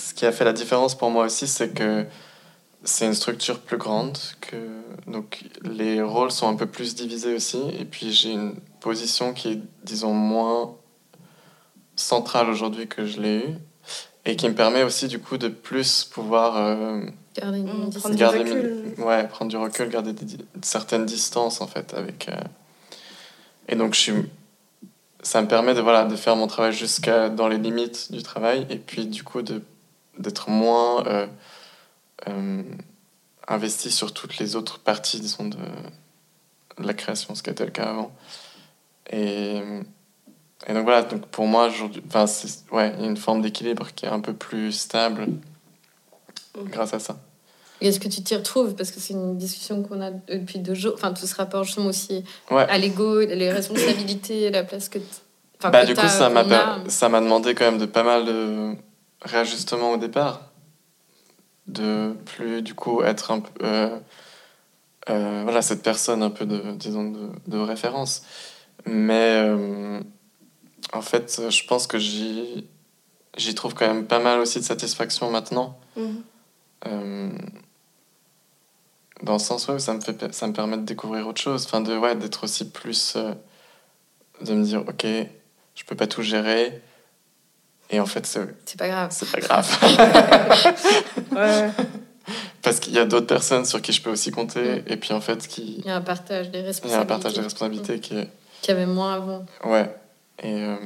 ce qui a fait la différence pour moi aussi, c'est que c'est une structure plus grande, que donc les rôles sont un peu plus divisés aussi, et puis j'ai une position qui est, disons, moins centrale aujourd'hui que je l'ai eue, et qui me permet aussi du coup de plus pouvoir euh, garder une mmh, distance. prendre garder du recul. Une, ouais, prendre du recul, garder des, des, certaines distances en fait avec. Euh, et donc je suis ça me permet de, voilà, de faire mon travail jusqu'à dans les limites du travail et puis du coup de, d'être moins euh, euh, investi sur toutes les autres parties, disons, de, de la création, ce qui était le cas avant. Et, et donc voilà, donc pour moi, aujourd'hui, enfin, c'est, ouais, il y a une forme d'équilibre qui est un peu plus stable grâce à ça. Et est-ce que tu t'y retrouves? Parce que c'est une discussion qu'on a depuis deux jours. Enfin, tout ce rapport justement aussi ouais. à l'ego, les responsabilités, la place que... Enfin, bah, du coup, ça m'a, per... ça m'a demandé quand même de pas mal de réajustements au départ. De plus, du coup, être un peu... Euh, euh, voilà, cette personne un peu de, disons, de, de référence. Mais euh, en fait, je pense que j'y, j'y trouve quand même pas mal aussi de satisfaction maintenant. Mmh. Euh, dans le sens où ça me, fait, ça me permet de découvrir autre chose. Enfin, de, ouais, d'être aussi plus... Euh, de me dire, ok... Je peux pas tout gérer. Et en fait, c'est, c'est pas grave. C'est pas grave. ouais. Parce qu'il y a d'autres personnes sur qui je peux aussi compter. Mm. Et puis en fait, qui... il y a un partage des responsabilités. Il y a un partage des responsabilités mm. qui est... Qu'il y avait moins avant. Ouais. Et... Euh...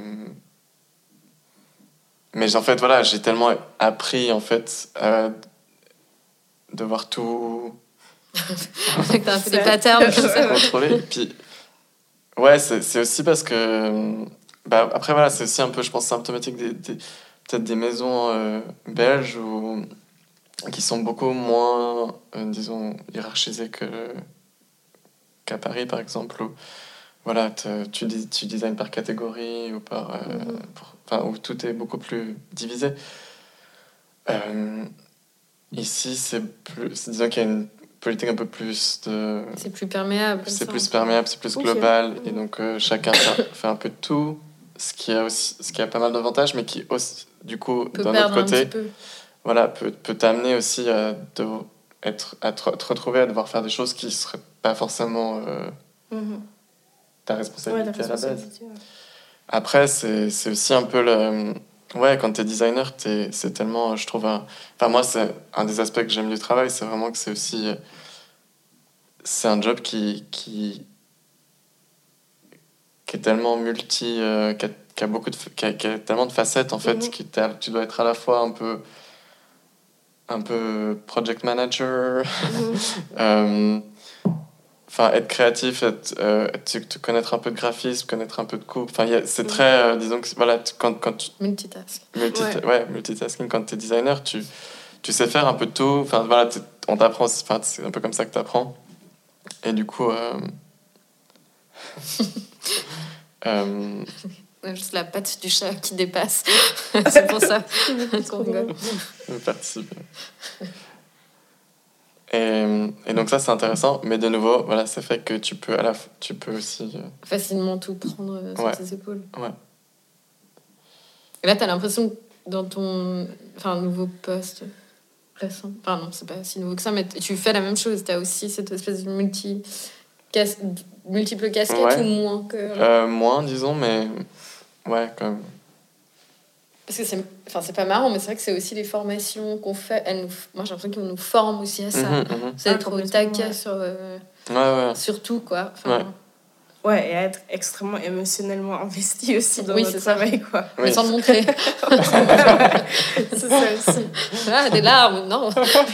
Mais en fait, voilà, j'ai tellement appris, en fait, à devoir tout... c'est que t'as un peu des patterns. contrôler. Et puis... Ouais, c'est, c'est aussi parce que... Bah, après, voilà, c'est aussi un peu, je pense, symptomatique des, des, peut-être des maisons euh, belges où, qui sont beaucoup moins, euh, disons, hiérarchisées que, qu'à Paris, par exemple, où, voilà, tu, tu designes par catégorie ou par... Euh, mm-hmm. pour, enfin, où tout est beaucoup plus divisé. Euh, ici, c'est plus... C'est, disons qu'il y a une politique un peu plus de... C'est plus perméable. C'est plus perméable, c'est plus global. Okay. Et donc, euh, chacun fait, fait un peu de tout. Ce qui a aussi, ce qui a pas mal d'avantages, mais qui aussi, du coup, peut d'un autre côté, peu. Voilà, peut, peut t'amener aussi à, de, être, à te, te retrouver à devoir faire des choses qui seraient pas forcément euh, mm-hmm. ta responsabilité, ouais, ta responsabilité à la base. Ouais. Après, c'est, c'est aussi un peu le... Ouais, quand t'es designer, t'es, c'est tellement, je trouve... Un... Enfin, moi, c'est un des aspects que j'aime du travail, c'est vraiment que c'est aussi... C'est un job qui... qui qui est tellement multi, euh, qui, a, qui a beaucoup de, qui a, qui a tellement de facettes en fait, mm-hmm. qui tu dois être à la fois un peu, un peu project manager, mm-hmm. euh, enfin être créatif, être, euh, te, te connaître un peu de graphisme, connaître un peu de coupe, enfin c'est mm-hmm. très, euh, disons que voilà, quand quand tu multitask, multi, ouais. ouais multitasking quand t'es designer, tu tu sais faire un peu de tout, enfin voilà, on t'apprend, enfin c'est un peu comme ça que t'apprends, et du coup. Euh, Euh... Juste la patte du chat qui dépasse. C'est pour ça qu'on rigole. Participe. Et, et donc ça, c'est intéressant. Mais de nouveau, voilà, ça fait que tu peux, à la, tu peux aussi... Euh... facilement tout prendre sur ouais. tes épaules. Ouais. Et là, tu as l'impression que dans ton enfin, nouveau poste récent... Enfin non, c'est pas si nouveau que ça, mais tu fais la même chose. Tu as aussi cette espèce de multi... Cas... multiples casquettes ouais. ou moins que... euh, Moins, disons, mais... Ouais, quand même. Parce que c'est, enfin, c'est pas marrant, mais c'est vrai que c'est aussi les formations qu'on fait. Elles nous, moi, j'ai l'impression qu'on nous forme aussi à ça. Mmh, mmh. C'est être au taquet ouais. sur, euh, ouais, ouais. sur tout, quoi. Enfin, ouais. ouais, et être extrêmement émotionnellement investi aussi dans oui, notre c'est travail, quoi. Oui. Mais sans le montrer. C'est ça aussi. Ah, des larmes, non.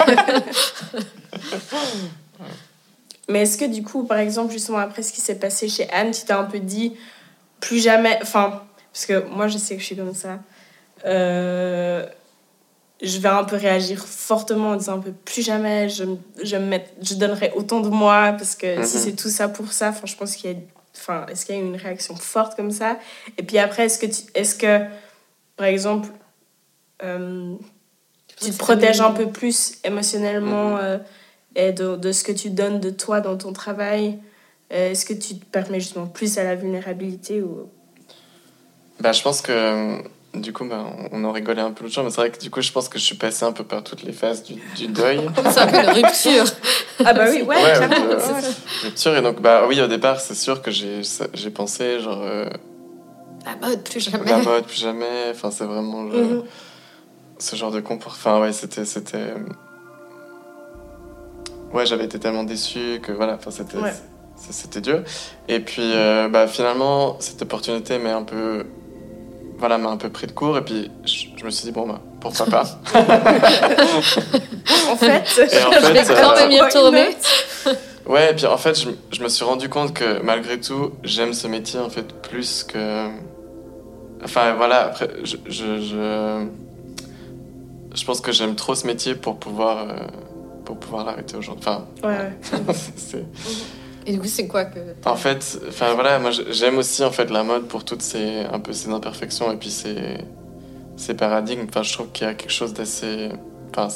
Mais est-ce que, du coup, par exemple, justement, après ce qui s'est passé chez Anne, tu t'es un peu dit... plus jamais, enfin, parce que moi je sais que je suis comme ça, euh, je vais un peu réagir fortement en disant un peu plus jamais je, je, me met, je donnerai autant de moi parce que mm-hmm. si c'est tout ça pour ça, je pense qu'il y a, enfin, est-ce qu'il y a une réaction forte comme ça? Et puis après, est-ce que, tu, est-ce que par exemple, euh, tu te protèges un peu plus émotionnellement mm-hmm. euh, et de, de ce que tu donnes de toi dans ton travail? Est-ce que tu te permets justement plus à la vulnérabilité ou... Bah, je pense que du coup, bah, on, on en rigolait un peu l'autre jour, mais c'est vrai que du coup, je pense que je suis passé un peu par toutes les phases du, du deuil. C'est un peu une rupture. Ah bah oui, ouais, ouais clairement. de, ouais. Rupture, et donc, bah oui, au départ, c'est sûr que j'ai, j'ai pensé, genre... Euh, la mode, plus jamais. La mode, plus jamais, enfin, c'est vraiment le, mm-hmm. ce genre de comportement. Enfin, ouais, c'était... c'était... Ouais, j'avais été tellement déçu que, voilà, enfin, c'était... Ouais. C'était dur. Et puis, euh, bah, finalement, cette opportunité m'a un peu... Voilà, m'a un peu pris de court. Et puis, je, je me suis dit, bon, bah, pourquoi pas. En fait, et en je fait, vais quand euh, même y retourner. Ouais, et puis, en fait, je, je me suis rendu compte que, malgré tout, j'aime ce métier, en fait, plus que... Enfin, voilà, après, je... Je, je, je pense que j'aime trop ce métier pour pouvoir... Euh, pour pouvoir l'arrêter aujourd'hui. Enfin, ouais, ouais. c'est... Et du coup, c'est quoi que t'as... En fait, enfin voilà, moi j'aime aussi en fait la mode pour toutes ces un peu ces imperfections et puis ces ces paradigmes. Enfin, je trouve qu'il y a quelque chose d'assez, enfin,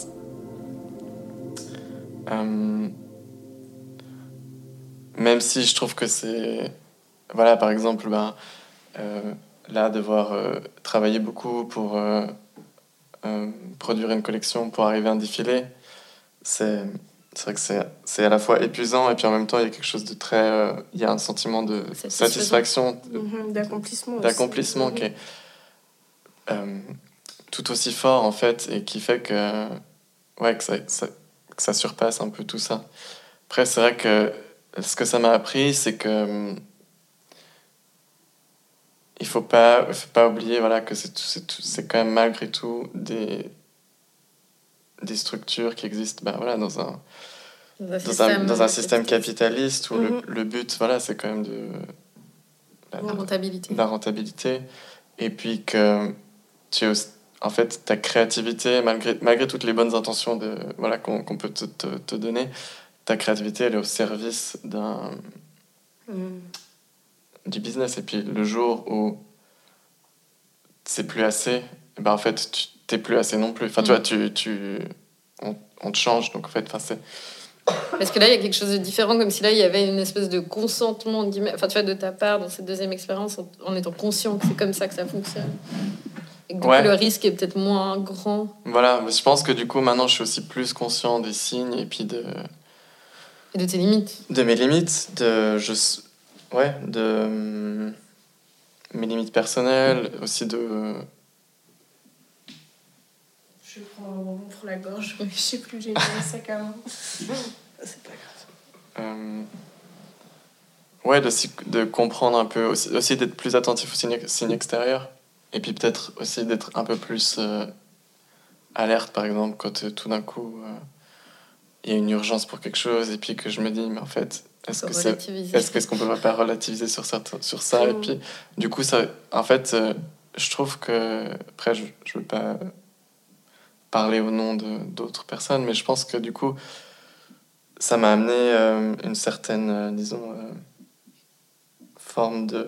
euh... même si je trouve que c'est, voilà, par exemple, ben euh, là devoir euh, travailler beaucoup pour euh, euh, produire une collection pour arriver à un défilé, c'est C'est vrai que c'est, c'est à la fois épuisant et puis en même temps, il y a quelque chose de très... Euh, il y a un sentiment de satisfaction, mmh, d'accomplissement D'accomplissement aussi. qui est euh, tout aussi fort, en fait, et qui fait que, ouais, que, ça, ça, que ça surpasse un peu tout ça. Après, c'est vrai que ce que ça m'a appris, c'est que... Il ne faut pas, faut pas oublier voilà, que c'est, c'est, c'est quand même malgré tout des... des structures qui existent ben voilà, dans un, dans un dans système, un, dans un système capitaliste où mm-hmm. le, le but, voilà, c'est quand même de... La, la rentabilité. La rentabilité. Et puis que tu es, en fait, ta créativité, malgré, malgré toutes les bonnes intentions de, voilà, qu'on, qu'on peut te, te, te donner, ta créativité, elle est au service d'un, mm. du business. Et puis le jour où c'est plus assez, ben en fait, tu t'es plus assez non plus. Enfin, mm. tu vois, tu, tu, on, on te change. Donc, en fait, enfin, c'est... Parce que là, il y a quelque chose de différent, comme si là, il y avait une espèce de consentement, enfin, tu vois, de ta part dans cette deuxième expérience, en, en étant conscient que c'est comme ça que ça fonctionne. Et que du ouais. coup, le risque est peut-être moins grand. Voilà, mais je pense que du coup, maintenant, je suis aussi plus conscient des signes et puis de... Et de tes limites. De mes limites, de... Je... Ouais, de... Mes limites personnelles, aussi de... Je prends un moment pour la gorge, mais je sais plus, j'ai mis un sac à main. C'est pas grave. Euh... Ouais, de, de comprendre un peu, aussi, aussi d'être plus attentif aux signes, signes extérieurs. Et puis peut-être aussi d'être un peu plus euh, alerte, par exemple, quand euh, tout d'un coup, il euh, y a une urgence pour quelque chose, et puis que je me dis, mais en fait, est-ce, que c'est, est-ce, est-ce qu'on ne peut pas relativiser sur, certains, sur ça mmh. Et puis, du coup, ça, en fait, euh, je trouve que... Après, je ne veux pas parler au nom de, d'autres personnes, mais je pense que, du coup, ça m'a amené euh, une certaine, euh, disons, euh, forme de...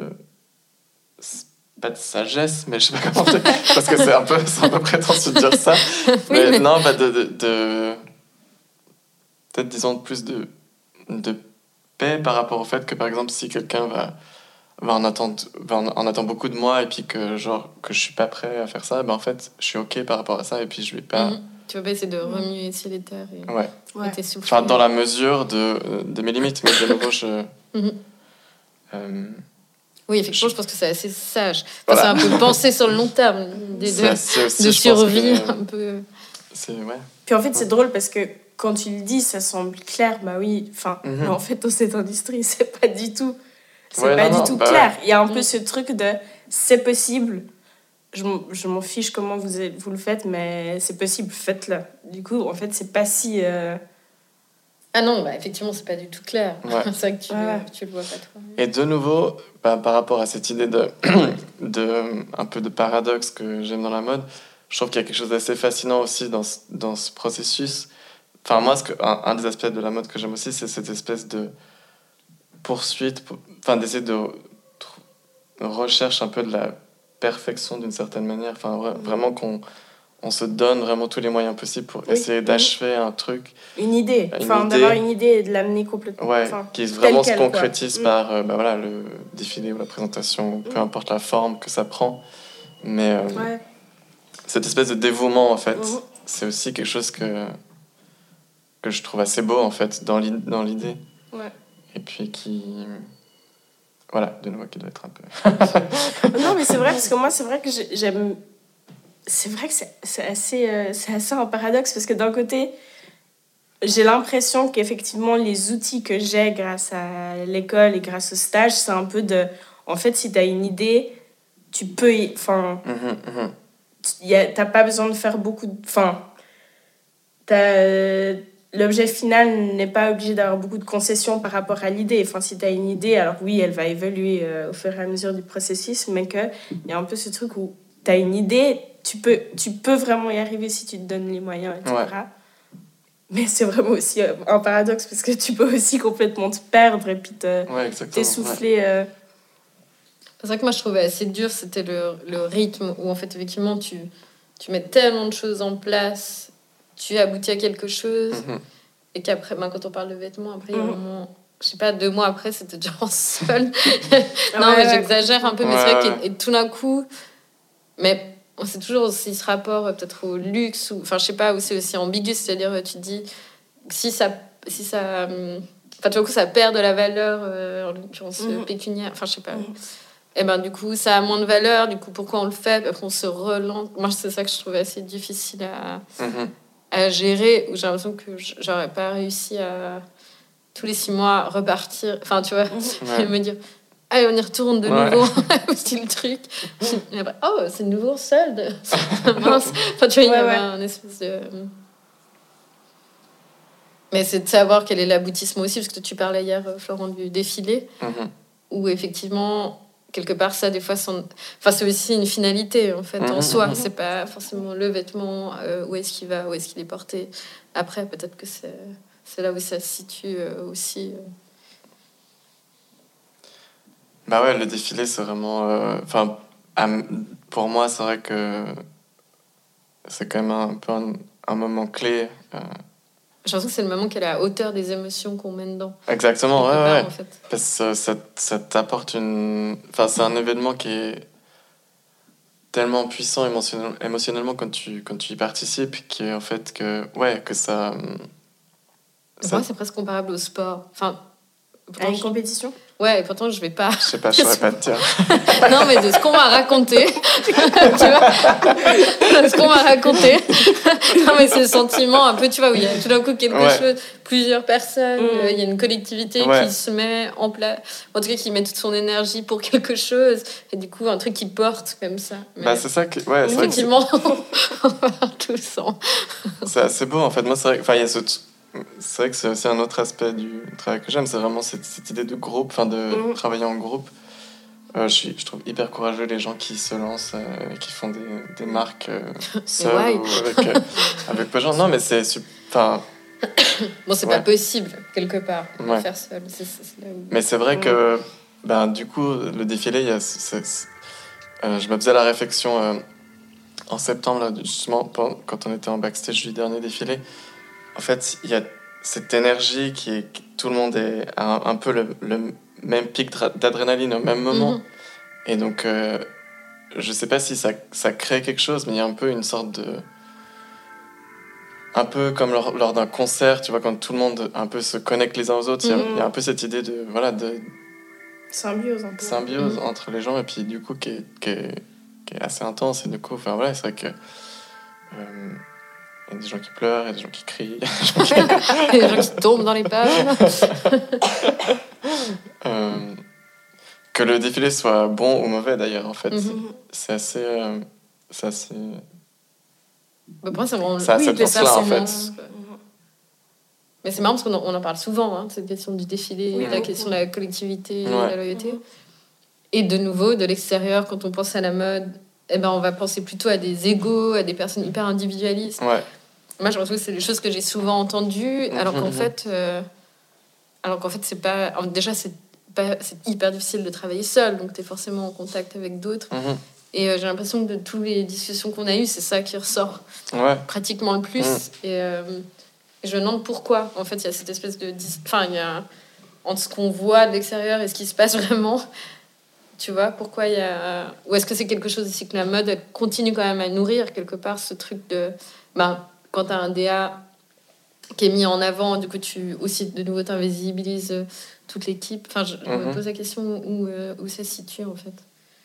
pas de sagesse, mais je sais pas comment dire, parce que c'est un peu, c'est un peu prétentieux de dire ça. oui, mais, mais non, bah de, de, de... peut-être, disons, plus de, de paix par rapport au fait que, par exemple, si quelqu'un va, va, en, attendre, va en, en attendre beaucoup de moi et puis que, genre, que je suis pas prêt à faire ça, ben en fait, je suis OK par rapport à ça et puis je vais pas... Mmh. Tu vas pas essayer de remuer mmh. ciel et terre et, ouais. ouais. et t'essouffler. Enfin, dans la mesure de, de mes limites, mais de nouveau, je... Mmh. Euh, Oui, effectivement, je pense que c'est assez sage. Enfin, voilà. C'est un peu penser sur le long terme, des deux, aussi, de survie que, un peu. C'est, ouais. Puis en fait, c'est drôle parce que quand tu le dis, ça semble clair. Bah oui, enfin, mm-hmm. mais en fait, dans cette industrie, c'est pas du tout, c'est ouais, pas non, du non, tout bah clair. Ouais. Il y a un peu mm. ce truc de c'est possible. Je, je m'en fiche comment vous, vous le faites, mais c'est possible, faites-le. Du coup, en fait, c'est pas si. Euh... Ah non, bah effectivement, c'est pas du tout clair. Ouais. C'est vrai que tu, ouais. le, tu le vois pas trop. Et de nouveau, bah, par rapport à cette idée de, de un peu de paradoxe que j'aime dans la mode, je trouve qu'il y a quelque chose d'assez fascinant aussi dans ce, dans ce processus. Enfin, moi, ce que, un, un des aspects de la mode que j'aime aussi, c'est cette espèce de poursuite, pour, enfin, d'essayer de, de recherche un peu de la perfection d'une certaine manière. Enfin, vra- mmh. vraiment qu'on on se donne vraiment tous les moyens possibles pour oui, essayer d'achever oui. un truc. Une idée. Une enfin, idée. D'avoir une idée et de l'amener complètement. Ouais, enfin, qui vraiment se concrétise quoi. par euh, bah, voilà, le défilé ou la présentation, mmh. peu importe la forme que ça prend. Mais euh, ouais. cette espèce de dévouement, en fait, Mmh. c'est aussi quelque chose que, que je trouve assez beau, en fait, dans l'idée. Dans l'idée. Ouais. Et puis qui... Voilà, de nouveau, qui doit être un peu... Non, mais c'est vrai, parce que moi, c'est vrai que j'aime... C'est vrai que c'est, c'est, assez, euh, c'est assez un paradoxe, parce que d'un côté, j'ai l'impression qu'effectivement, les outils que j'ai grâce à l'école et grâce au stage, c'est un peu de... En fait, si tu as une idée, tu peux... Y... Enfin, mmh, mmh. tu n'as pas besoin de faire beaucoup de... Enfin, t'as... L'objet final n'est pas obligé d'avoir beaucoup de concessions par rapport à l'idée. Enfin, si tu as une idée, alors oui, elle va évoluer euh, au fur et à mesure du processus, mais qu'il y a un peu ce truc où tu as une idée, tu peux, tu peux vraiment y arriver si tu te donnes les moyens, et cetera. Ouais. Mais c'est vraiment aussi euh, un paradoxe, parce que tu peux aussi complètement te perdre et puis te, ouais, t'essouffler. Ouais. Euh... C'est vrai que moi, je trouvais assez dur, c'était le, le rythme où, en fait, effectivement, tu, tu mets tellement de choses en place, tu aboutis à quelque chose, mmh. et qu'après, ben, quand on parle de vêtements, après, il y a un moment, je sais pas, deux mois après, c'était déjà en solde. non, ouais, mais ouais. j'exagère un peu, mais ouais, c'est vrai ouais. que et tout d'un coup, mais c'est toujours aussi ce rapport peut-être au luxe, ou, enfin, je sais pas, où c'est aussi ambigu, c'est-à-dire, tu te dis, si ça, si ça, enfin, tout d'un coup, ça perd de la valeur, euh, en l'occurrence mmh. pécuniaire, enfin, je sais pas. Mmh. Et ben, du coup, ça a moins de valeur, du coup, pourquoi on le fait? Après, on se relance. Moi, c'est ça que je trouvais assez difficile à... Mmh. à gérer, où j'ai l'impression que j'aurais pas réussi à tous les six mois repartir, enfin tu vois, ouais. et me dire allez on y retourne de ouais. nouveau aussi le truc, et après oh c'est de nouveau solde mince, enfin tu vois il ouais, y avait ouais. un espèce de mais c'est de savoir quel est l'aboutissement aussi, parce que tu parlais hier Florent du défilé, mm-hmm. où effectivement quelque part ça des fois son... enfin c'est aussi une finalité en fait mmh, en soi, mmh. c'est pas forcément le vêtement, euh, où est-ce qu'il va, où est-ce qu'il est porté, après peut-être que c'est, c'est là où ça se situe euh, aussi euh. Bah ouais, le défilé c'est vraiment enfin euh, pour moi c'est vrai que c'est quand même un peu un, un moment clé. euh... J'ai l'impression que c'est le moment qui est à la hauteur des émotions qu'on met dedans. Exactement, ouais, part, ouais. En fait. Parce que ça, ça t'apporte une... Enfin, c'est un événement qui est tellement puissant émotionnellement, émotionnellement quand, tu, quand tu y participes, qui est en fait que... Ouais, que ça... ça... Moi, c'est presque comparable au sport. Enfin, à une je... compétition ? Ouais, et pourtant, je vais pas... Je sais pas, je saurais pas te dire. Non, mais de ce qu'on m'a raconté, tu vois, de ce qu'on m'a raconté. Non, mais c'est le sentiment un peu, tu vois, où il y a tout d'un coup quelque ouais. chose, plusieurs personnes, il mmh. euh, y a une collectivité ouais. qui se met en place, en tout cas, qui met toute son énergie pour quelque chose, et du coup, un truc qui porte comme ça. Mais bah, c'est ça que... Ouais, c'est effectivement, on va tout sang. C'est assez beau, en fait. Moi, c'est vrai enfin, il y a ce... C'est vrai que c'est aussi un autre aspect du travail que j'aime, c'est vraiment cette, cette idée de groupe, enfin de mmh. travailler en groupe. Euh, je, suis, je trouve hyper courageux les gens qui se lancent, euh, qui font des, des marques euh, seuls ouais. ou avec, euh, avec peu de gens. Non, mais c'est... Enfin, bon, c'est ouais. pas possible, quelque part, de ouais. faire seul. C'est, c'est, c'est là où... Mais c'est vrai mmh. que, ben, du coup, le défilé, il y a, c'est, c'est, euh, je me faisais la réflexion euh, en septembre, là, justement, quand on était en backstage du dernier défilé. En fait, il y a cette énergie qui est... Qui, tout le monde est à un, un peu le, le même pic d'adrénaline au même moment. Mm-hmm. Et donc, euh, je sais pas si ça, ça crée quelque chose, mais il y a un peu une sorte de... Un peu comme lors, lors d'un concert, tu vois, quand tout le monde un peu se connecte les uns aux autres, mm-hmm. il y a un peu cette idée de... Voilà, de symbiose, un peu. Symbiose mm-hmm. entre les gens, et puis du coup, qui est, qui est, qui est assez intense. Et du coup, enfin, voilà, c'est vrai que... Euh, il y a des gens qui pleurent, il y a des gens qui crient, il y a des gens qui tombent dans les pages. euh, que le défilé soit bon ou mauvais, d'ailleurs, en fait. Mm-hmm. C'est assez... Euh, c'est assez... Bah, pour moi, c'est vraiment... Ça a oui, cette force-là, en fait. Mm-hmm. Mais c'est marrant parce qu'on en, on en parle souvent, hein, cette question du défilé, oui, la oui, question oui. de la collectivité, ouais. de la loyauté. Mm-hmm. Et de nouveau, de l'extérieur, quand on pense à la mode, eh ben, on va penser plutôt à des égos, à des personnes hyper individualistes. Ouais. Moi, je pense que c'est des choses que j'ai souvent entendues, alors qu'en mmh. fait, euh, alors qu'en fait, c'est pas. Déjà, c'est pas, c'est hyper difficile de travailler seul, donc t'es forcément en contact avec d'autres. Mmh. Et euh, j'ai l'impression que de toutes les discussions qu'on a eues, c'est ça qui ressort ouais. pratiquement le plus. Mmh. Et, euh, et je me demande pourquoi. En fait, il y a cette espèce de, enfin, il y a entre ce qu'on voit de l'extérieur et ce qui se passe vraiment. Tu vois, pourquoi il y a... Ou est-ce que c'est quelque chose aussi que la mode elle continue quand même à nourrir, quelque part, ce truc de... Ben, quand tu as un D A qui est mis en avant, du coup, tu aussi, de nouveau, tu invisibilises toute l'équipe. Enfin, je, je mm-hmm. me pose la question où, euh, où ça se situe, en fait.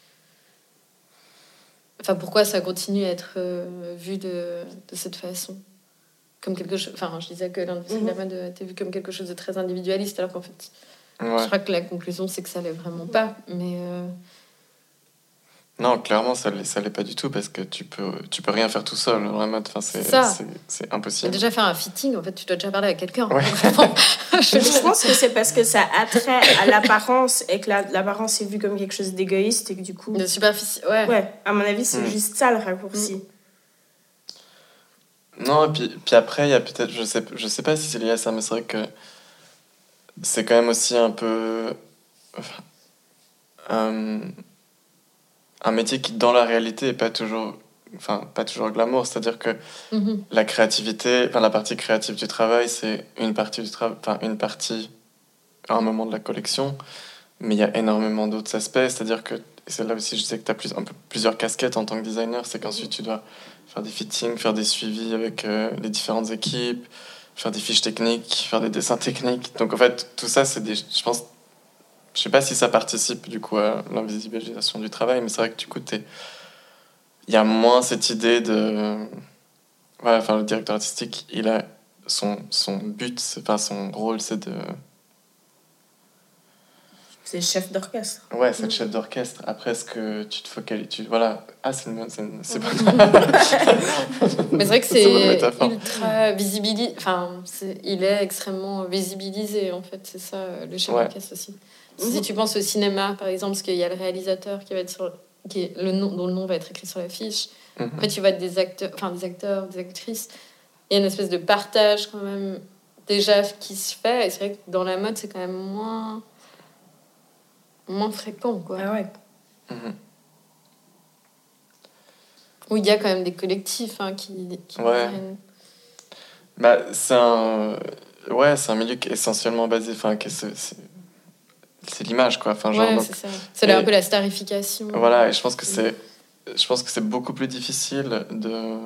Enfin, pourquoi ça continue à être euh, vu de, de cette façon, comme quelque chose... Enfin, je disais que l'industrie mm-hmm. de la mode a été vue comme quelque chose de très individualiste, alors qu'en fait, ouais. je crois que la conclusion, c'est que ça l'est vraiment pas. Mais... Euh... Non, clairement, ça ne l'est pas du tout, parce que tu peux, tu peux rien faire tout seul dans la mode. Enfin, c'est, c'est, c'est impossible. Mais déjà, faire un fitting, en fait, tu dois déjà parler à quelqu'un. Ouais. je, je pense que c'est parce que ça a trait à l'apparence et que la, l'apparence est vue comme quelque chose d'égoïste et que du coup... De superficie, ouais. Ouais, à mon avis, c'est mmh. juste ça, le raccourci. Non, et puis, puis après, il y a peut-être... Je sais, je sais pas si c'est lié à ça, mais c'est vrai que c'est quand même aussi un peu... Enfin, euh, un métier qui, dans la réalité, est pas toujours, enfin, pas toujours glamour. C'est-à-dire que mm-hmm. la créativité, enfin, la partie créative du travail, c'est une partie du travail, enfin, une partie à un moment de la collection, mais il y a énormément d'autres aspects. C'est-à-dire que, et c'est là aussi, je sais que tu as plus, un peu, plusieurs casquettes en tant que designer, c'est qu'ensuite, tu dois faire des fittings, faire des suivis avec euh, les différentes équipes, faire des fiches techniques, faire des dessins techniques. Donc, en fait, tout ça, c'est des, je pense, je sais pas si ça participe du coup à l'invisibilisation du travail, mais c'est vrai que du coup, il y a moins cette idée de... Voilà, enfin, le directeur artistique, il a son, son but, enfin, son rôle, c'est de... C'est chef d'orchestre. Ouais, c'est le chef d'orchestre. Après, est-ce que tu te focalises... Tu... Voilà. Ah, c'est une... C'est, une... c'est pas... Mais c'est vrai que c'est, c'est ultra visibilisé. Enfin, c'est... il est extrêmement visibilisé, en fait. C'est ça, le chef ouais. d'orchestre aussi. Mmh. Si tu penses au cinéma, par exemple, parce qu'il y a le réalisateur qui va être sur... qui est le nom... dont le nom va être écrit sur l'affiche. Mmh. En fait, tu vois des acteurs, enfin, des acteurs, des actrices. Il y a une espèce de partage, quand même, déjà, qui se fait. Et c'est vrai que dans la mode, c'est quand même moins... moins fréquent, quoi. Ah ouais. Mmh. Où il y a quand même des collectifs hein, qui, qui ouais. viennent. Bah, c'est un... Ouais, c'est un milieu qui est essentiellement basé... Enfin, qui est... c'est... c'est... c'est l'image, quoi. Enfin, genre, ouais, donc... c'est ça. C'est et... un peu la starification. Voilà, et je pense que c'est... Je pense que c'est beaucoup plus difficile de...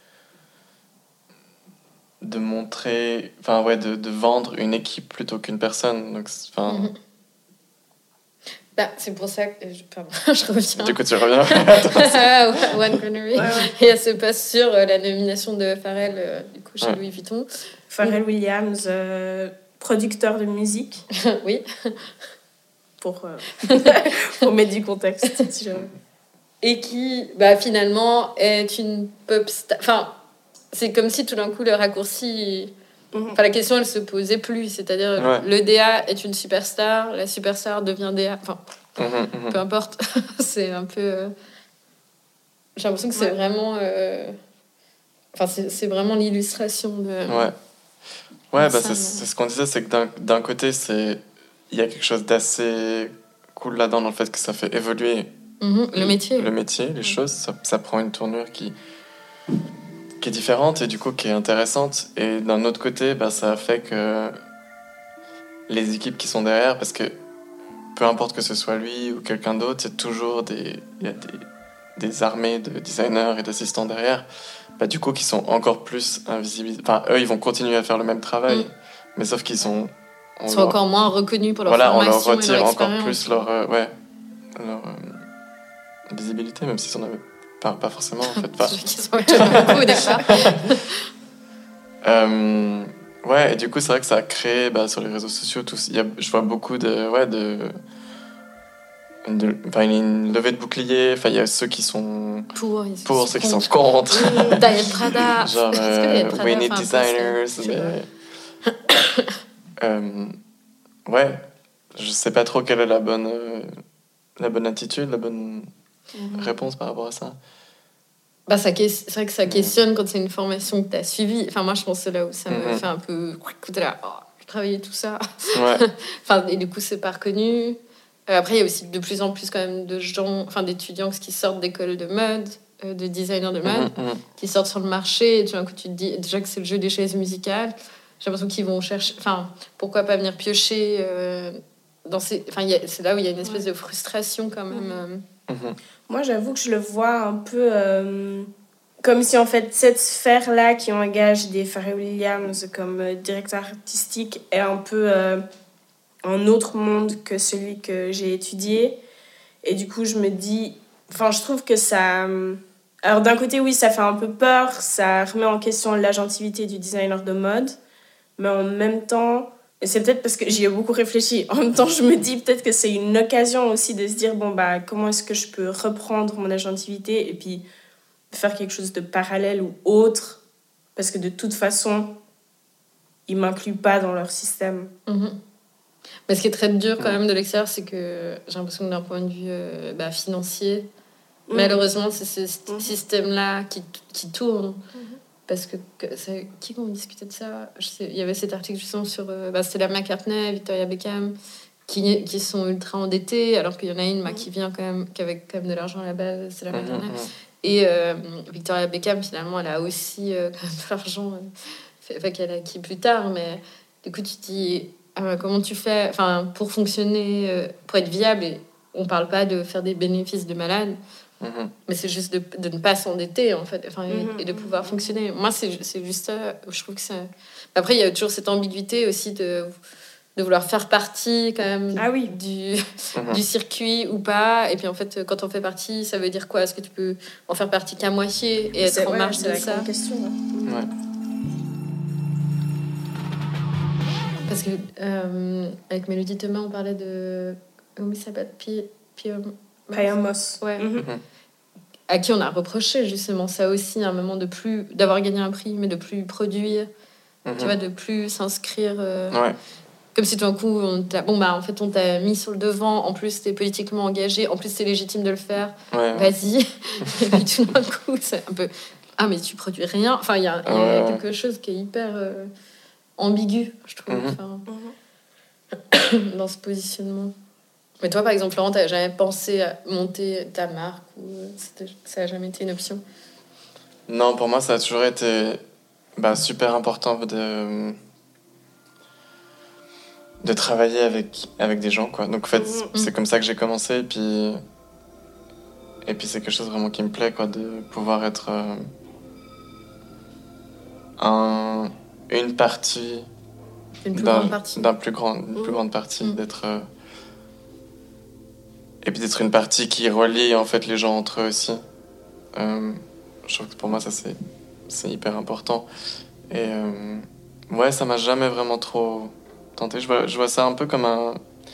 de montrer... Enfin, ouais, de, de vendre une équipe plutôt qu'une personne. Donc, enfin... Mm-hmm. Bah, c'est pour ça que je, pardon, je reviens. Du coup, tu reviens. One Connery. Ouais, ouais. Et elle se passe sur euh, la nomination de Pharrell, euh, du coup, chez ouais. Louis Vuitton. Pharrell Williams, euh, producteur de musique. Oui. Pour, euh, pour mettre du contexte. Si jamais. Et qui, bah, finalement, est une pop star. Enfin, c'est comme si tout d'un coup, le raccourci... Enfin, la question, elle se posait plus. C'est-à-dire, ouais. le D A est une superstar, la superstar devient D A. Enfin, mmh, mmh. peu importe. C'est un peu... Euh... J'ai l'impression que c'est ouais. vraiment... Euh... Enfin, c'est, c'est vraiment l'illustration de... Ouais, ouais bah, c'est, c'est ce qu'on disait, c'est que d'un, d'un côté, c'est... il y a quelque chose d'assez cool là-dedans, dans le fait que ça fait évoluer... Mmh, le métier. Le métier, les mmh. choses. Ça, ça prend une tournure qui... qui est différente et du coup qui est intéressante, et d'un autre côté bah, ça fait que les équipes qui sont derrière, parce que peu importe que ce soit lui ou quelqu'un d'autre, il y a toujours des, il y a des, des armées de designers et d'assistants derrière, bah, du coup qui sont encore plus invisibles. Enfin, eux ils vont continuer à faire le même travail, mmh. mais sauf qu'ils sont ils sont leur... encore moins reconnus pour leur voilà, formation, on leur retire et leur encore plus leur, euh, ouais, leur euh, visibilité, même si on avait Pas, pas forcément, en fait. Pas. Ceux qui sont beaucoup au départ. euh, ouais, et du coup, c'est vrai que ça a créé bah, sur les réseaux sociaux, tout, y a, je vois beaucoup de. Ouais, de. de enfin, il y a une levée de boucliers, enfin, il y a ceux qui sont pour, pour ceux qui sont contre. Diane Prada. Genre, euh, we need designers. Mais... euh, ouais, je sais pas trop quelle est la bonne, euh, la bonne attitude, la bonne. Mmh. réponse par rapport à ça. Bah, ça c'est vrai que ça questionne mmh. quand c'est une formation que tu as suivie. Enfin, moi, je pense que c'est là où ça mmh. me fait un peu... Écoutez, là, oh, je travaillais tout ça. Ouais. Enfin, et du coup, c'est pas reconnu. Euh, après, il y a aussi de plus en plus quand même de gens, enfin, d'étudiants qui sortent d'écoles de mode, euh, de designers de mode, mmh. qui sortent sur le marché. Et tout d'un coup, tu te dis déjà que c'est le jeu des chaises musicales. J'ai l'impression qu'ils vont chercher... Enfin, pourquoi pas venir piocher... Euh, dans ces... enfin, y a... c'est là où il y a une espèce ouais. de frustration quand même. Mmh. Mmh. Moi, j'avoue que je le vois un peu euh, comme si, en fait, cette sphère-là qui engage des Pharrell Williams comme euh, directeur artistique est un peu euh, un autre monde que celui que j'ai étudié. Et du coup, je me dis... Enfin, je trouve que ça... Alors, d'un côté, oui, ça fait un peu peur. Ça remet en question l'agentivité du designer de mode. Mais en même temps... Et c'est peut-être parce que j'y ai beaucoup réfléchi. En même temps, je me dis peut-être que c'est une occasion aussi de se dire, bon, bah, comment est-ce que je peux reprendre mon agentivité et puis faire quelque chose de parallèle ou autre. Parce que de toute façon, ils ne m'incluent pas dans leur système. Mm-hmm. Mais ce qui est très dur quand même de l'extérieur, c'est que j'ai l'impression que d'un point de vue euh, bah, financier, mmh. malheureusement, c'est ce mmh. système-là qui, qui tourne. Mmh. Parce que, que ça, qui on discutait de ça, je sais, il y avait cet article justement sur euh, bah, Stella McCartney, Victoria Beckham, qui, qui sont ultra endettés, alors qu'il y en a une bah, qui vient quand même, qui avait quand même de l'argent à la base, Stella mmh. McCartney. Mmh. Et euh, Victoria Beckham, finalement, elle a aussi euh, quand même de l'argent, euh, fait, fait qu'elle a acquis plus tard. Mais du coup, tu te dis, euh, comment tu fais enfin, pour fonctionner, euh, pour être viable, et on parle pas de faire des bénéfices de malade. Mmh. Mais c'est juste de, de ne pas s'endetter en fait, enfin, mmh. et, et de pouvoir fonctionner. Moi, c'est, c'est juste ça. Je trouve que ça... Après, il y a toujours cette ambiguïté aussi de, de vouloir faire partie quand même ah oui. du, mmh. du circuit ou pas. Et puis en fait, quand on fait partie, ça veut dire quoi ? Est-ce que tu peux en faire partie qu'à moitié et c'est, être en ouais, marge c'est de la ça ? grande question. Hein. Ouais. Parce que euh, avec Mélodie Thomas, on parlait de... Comment il s'appelle ? Pi... Pi... Paya Moss. Ouais. Mm-hmm. À qui on a reproché justement ça aussi, à un moment de plus d'avoir gagné un prix, mais de plus produire, mm-hmm. tu vois, de plus s'inscrire. Euh, ouais. Comme si tout d'un coup, on t'a, bon bah en fait on t'a mis sur le devant. En plus t'es politiquement engagé. En plus c'est légitime de le faire. Ouais, Vas-y. Ouais. Et puis tout d'un coup c'est un peu ah mais tu produis rien. Enfin il y a, y a ouais, quelque ouais. chose qui est hyper euh, ambigu, je trouve, mm-hmm. enfin, mm-hmm. dans ce positionnement. Mais toi, par exemple, Laurent, t'as jamais pensé à monter ta marque ou ça n'a jamais été une option ? Non, pour moi, ça a toujours été bah, super important de, de travailler avec, avec des gens, quoi. Donc, en fait, mmh. c'est comme ça que j'ai commencé. Et puis, et puis c'est quelque chose vraiment qui me plaît, quoi, de pouvoir être euh, un, une partie, une plus d'un, grande partie. d'un plus grand, une mmh. plus grande partie, mmh. d'être... Euh, et puis d'être une partie qui relie en fait les gens entre eux aussi. Euh, je trouve que pour moi ça c'est, c'est hyper important. Et euh, ouais, ça m'a jamais vraiment trop tenté. Je vois, je vois ça un peu comme un...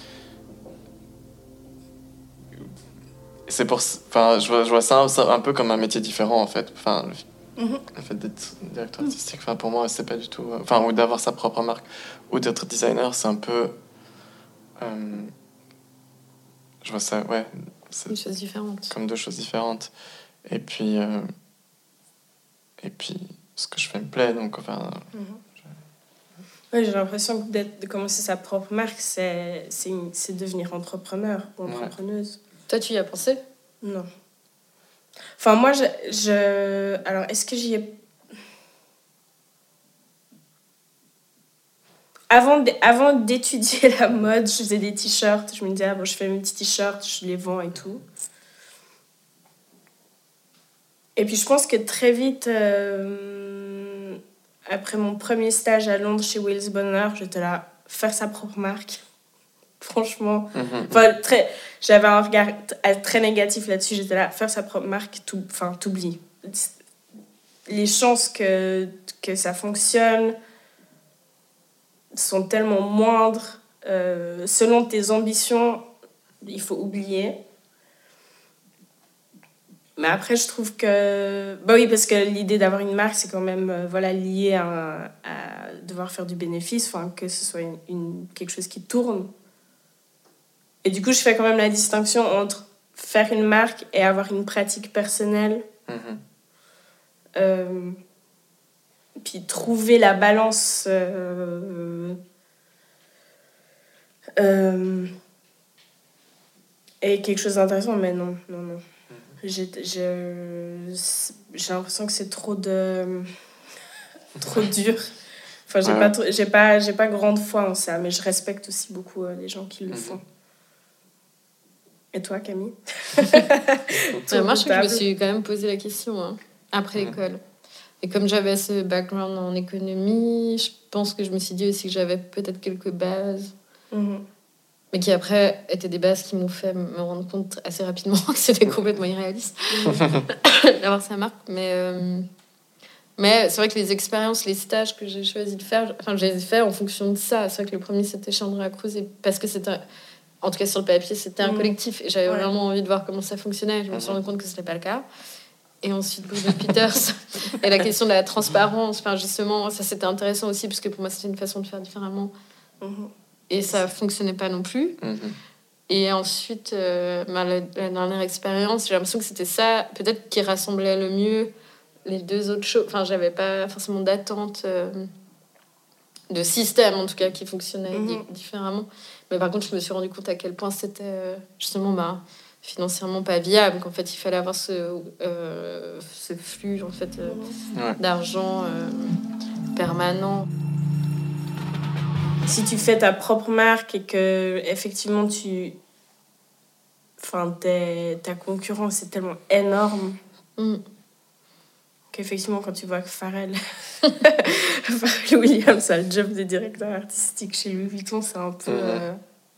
C'est pour... Enfin, je vois, je vois ça un peu comme un métier différent en fait. Enfin, le, mm-hmm. le fait d'être directeur artistique, enfin, pour moi c'est pas du tout... Enfin, ou d'avoir sa propre marque, ou d'être designer, c'est un peu... Euh, je vois ça, ouais. C'est deux choses différentes. Comme deux choses différentes. Et puis, euh, et puis, ce que je fais me plaît, donc, enfin... Mm-hmm. Je... Ouais, j'ai l'impression que d'être, de commencer sa propre marque, c'est, c'est, une, c'est devenir entrepreneur ou entrepreneuse. Ouais. Toi, tu y as pensé ? Non. Enfin, moi, je... je... Alors, est-ce que j'y ai... Avant, d- avant d'étudier la mode, je faisais des t-shirts. Je me disais, ah, bon, je fais mes petits t-shirts, je les vends et tout. Et puis, je pense que très vite, euh, après mon premier stage à Londres chez Wills Bonner, j'étais là, faire sa propre marque. Franchement. Mm-hmm. Enfin, très, j'avais un regard t- très négatif là-dessus. J'étais là, faire sa propre marque, tout, enfin, t'oublies. Les chances que, que ça fonctionne sont tellement moindres. Euh, selon tes ambitions, il faut oublier. Mais après, je trouve que... Bah oui, parce que l'idée d'avoir une marque, c'est quand même euh, voilà, lié à, à devoir faire du bénéfice, enfin, que ce soit une, une, quelque chose qui tourne. Et du coup, je fais quand même la distinction entre faire une marque et avoir une pratique personnelle. Mm-hmm. Euh, puis trouver la balance... Euh, euh, est quelque chose d'intéressant, mais non, non, non. J'ai, j'ai, j'ai l'impression que c'est trop de trop dur Enfin, j'ai, ouais. pas, trop- j'ai, pas, j'ai pas grande foi en ça, mais je respecte aussi beaucoup euh, les gens qui le font. Et toi, Camille? Ouais, moi, je crois que je me suis quand même posé la question hein, après Mhm. l'école. Et comme j'avais ce background en économie, je pense que je me suis dit aussi que j'avais peut-être quelques bases, Mhm. mais qui après étaient des bases qui m'ont fait me rendre compte assez rapidement que c'était complètement irréaliste d'avoir sa marque. Mais, euh, mais c'est vrai que les expériences, les stages que j'ai choisi de faire, enfin, je les ai fait en fonction de ça. C'est vrai que le premier, c'était Chandra Cruz, et parce que c'était, en tout cas sur le papier, c'était un Mhm. collectif. Et j'avais Ouais. vraiment envie de voir comment ça fonctionnait. Je me suis rendu compte que ce n'était pas le cas. Et ensuite, Bruno Peters. Et la question de la transparence, enfin, justement, ça c'était intéressant aussi, parce que pour moi, c'était une façon de faire différemment. Mhm. Et ça ne fonctionnait pas non plus. Mhm. Et ensuite, euh, bah, la, la dernière expérience, j'ai l'impression que c'était ça, peut-être qui rassemblait le mieux les deux autres choses. Enfin, j'avais pas forcément d'attente, euh, de système en tout cas, qui fonctionnait Mhm. di- différemment. Mais par contre, je me suis rendu compte à quel point c'était euh, justement bah, financièrement pas viable, qu'en fait, il fallait avoir ce, euh, ce flux en fait, euh, Ouais. d'argent euh, permanent. Si tu fais ta propre marque et que effectivement tu, enfin, t'es- ta concurrence est tellement énorme Mm. qu'effectivement quand tu vois que Pharrell, Pharrell Williams a le job de directeur artistique chez Louis Vuitton, c'est un peu. Mhm. euh,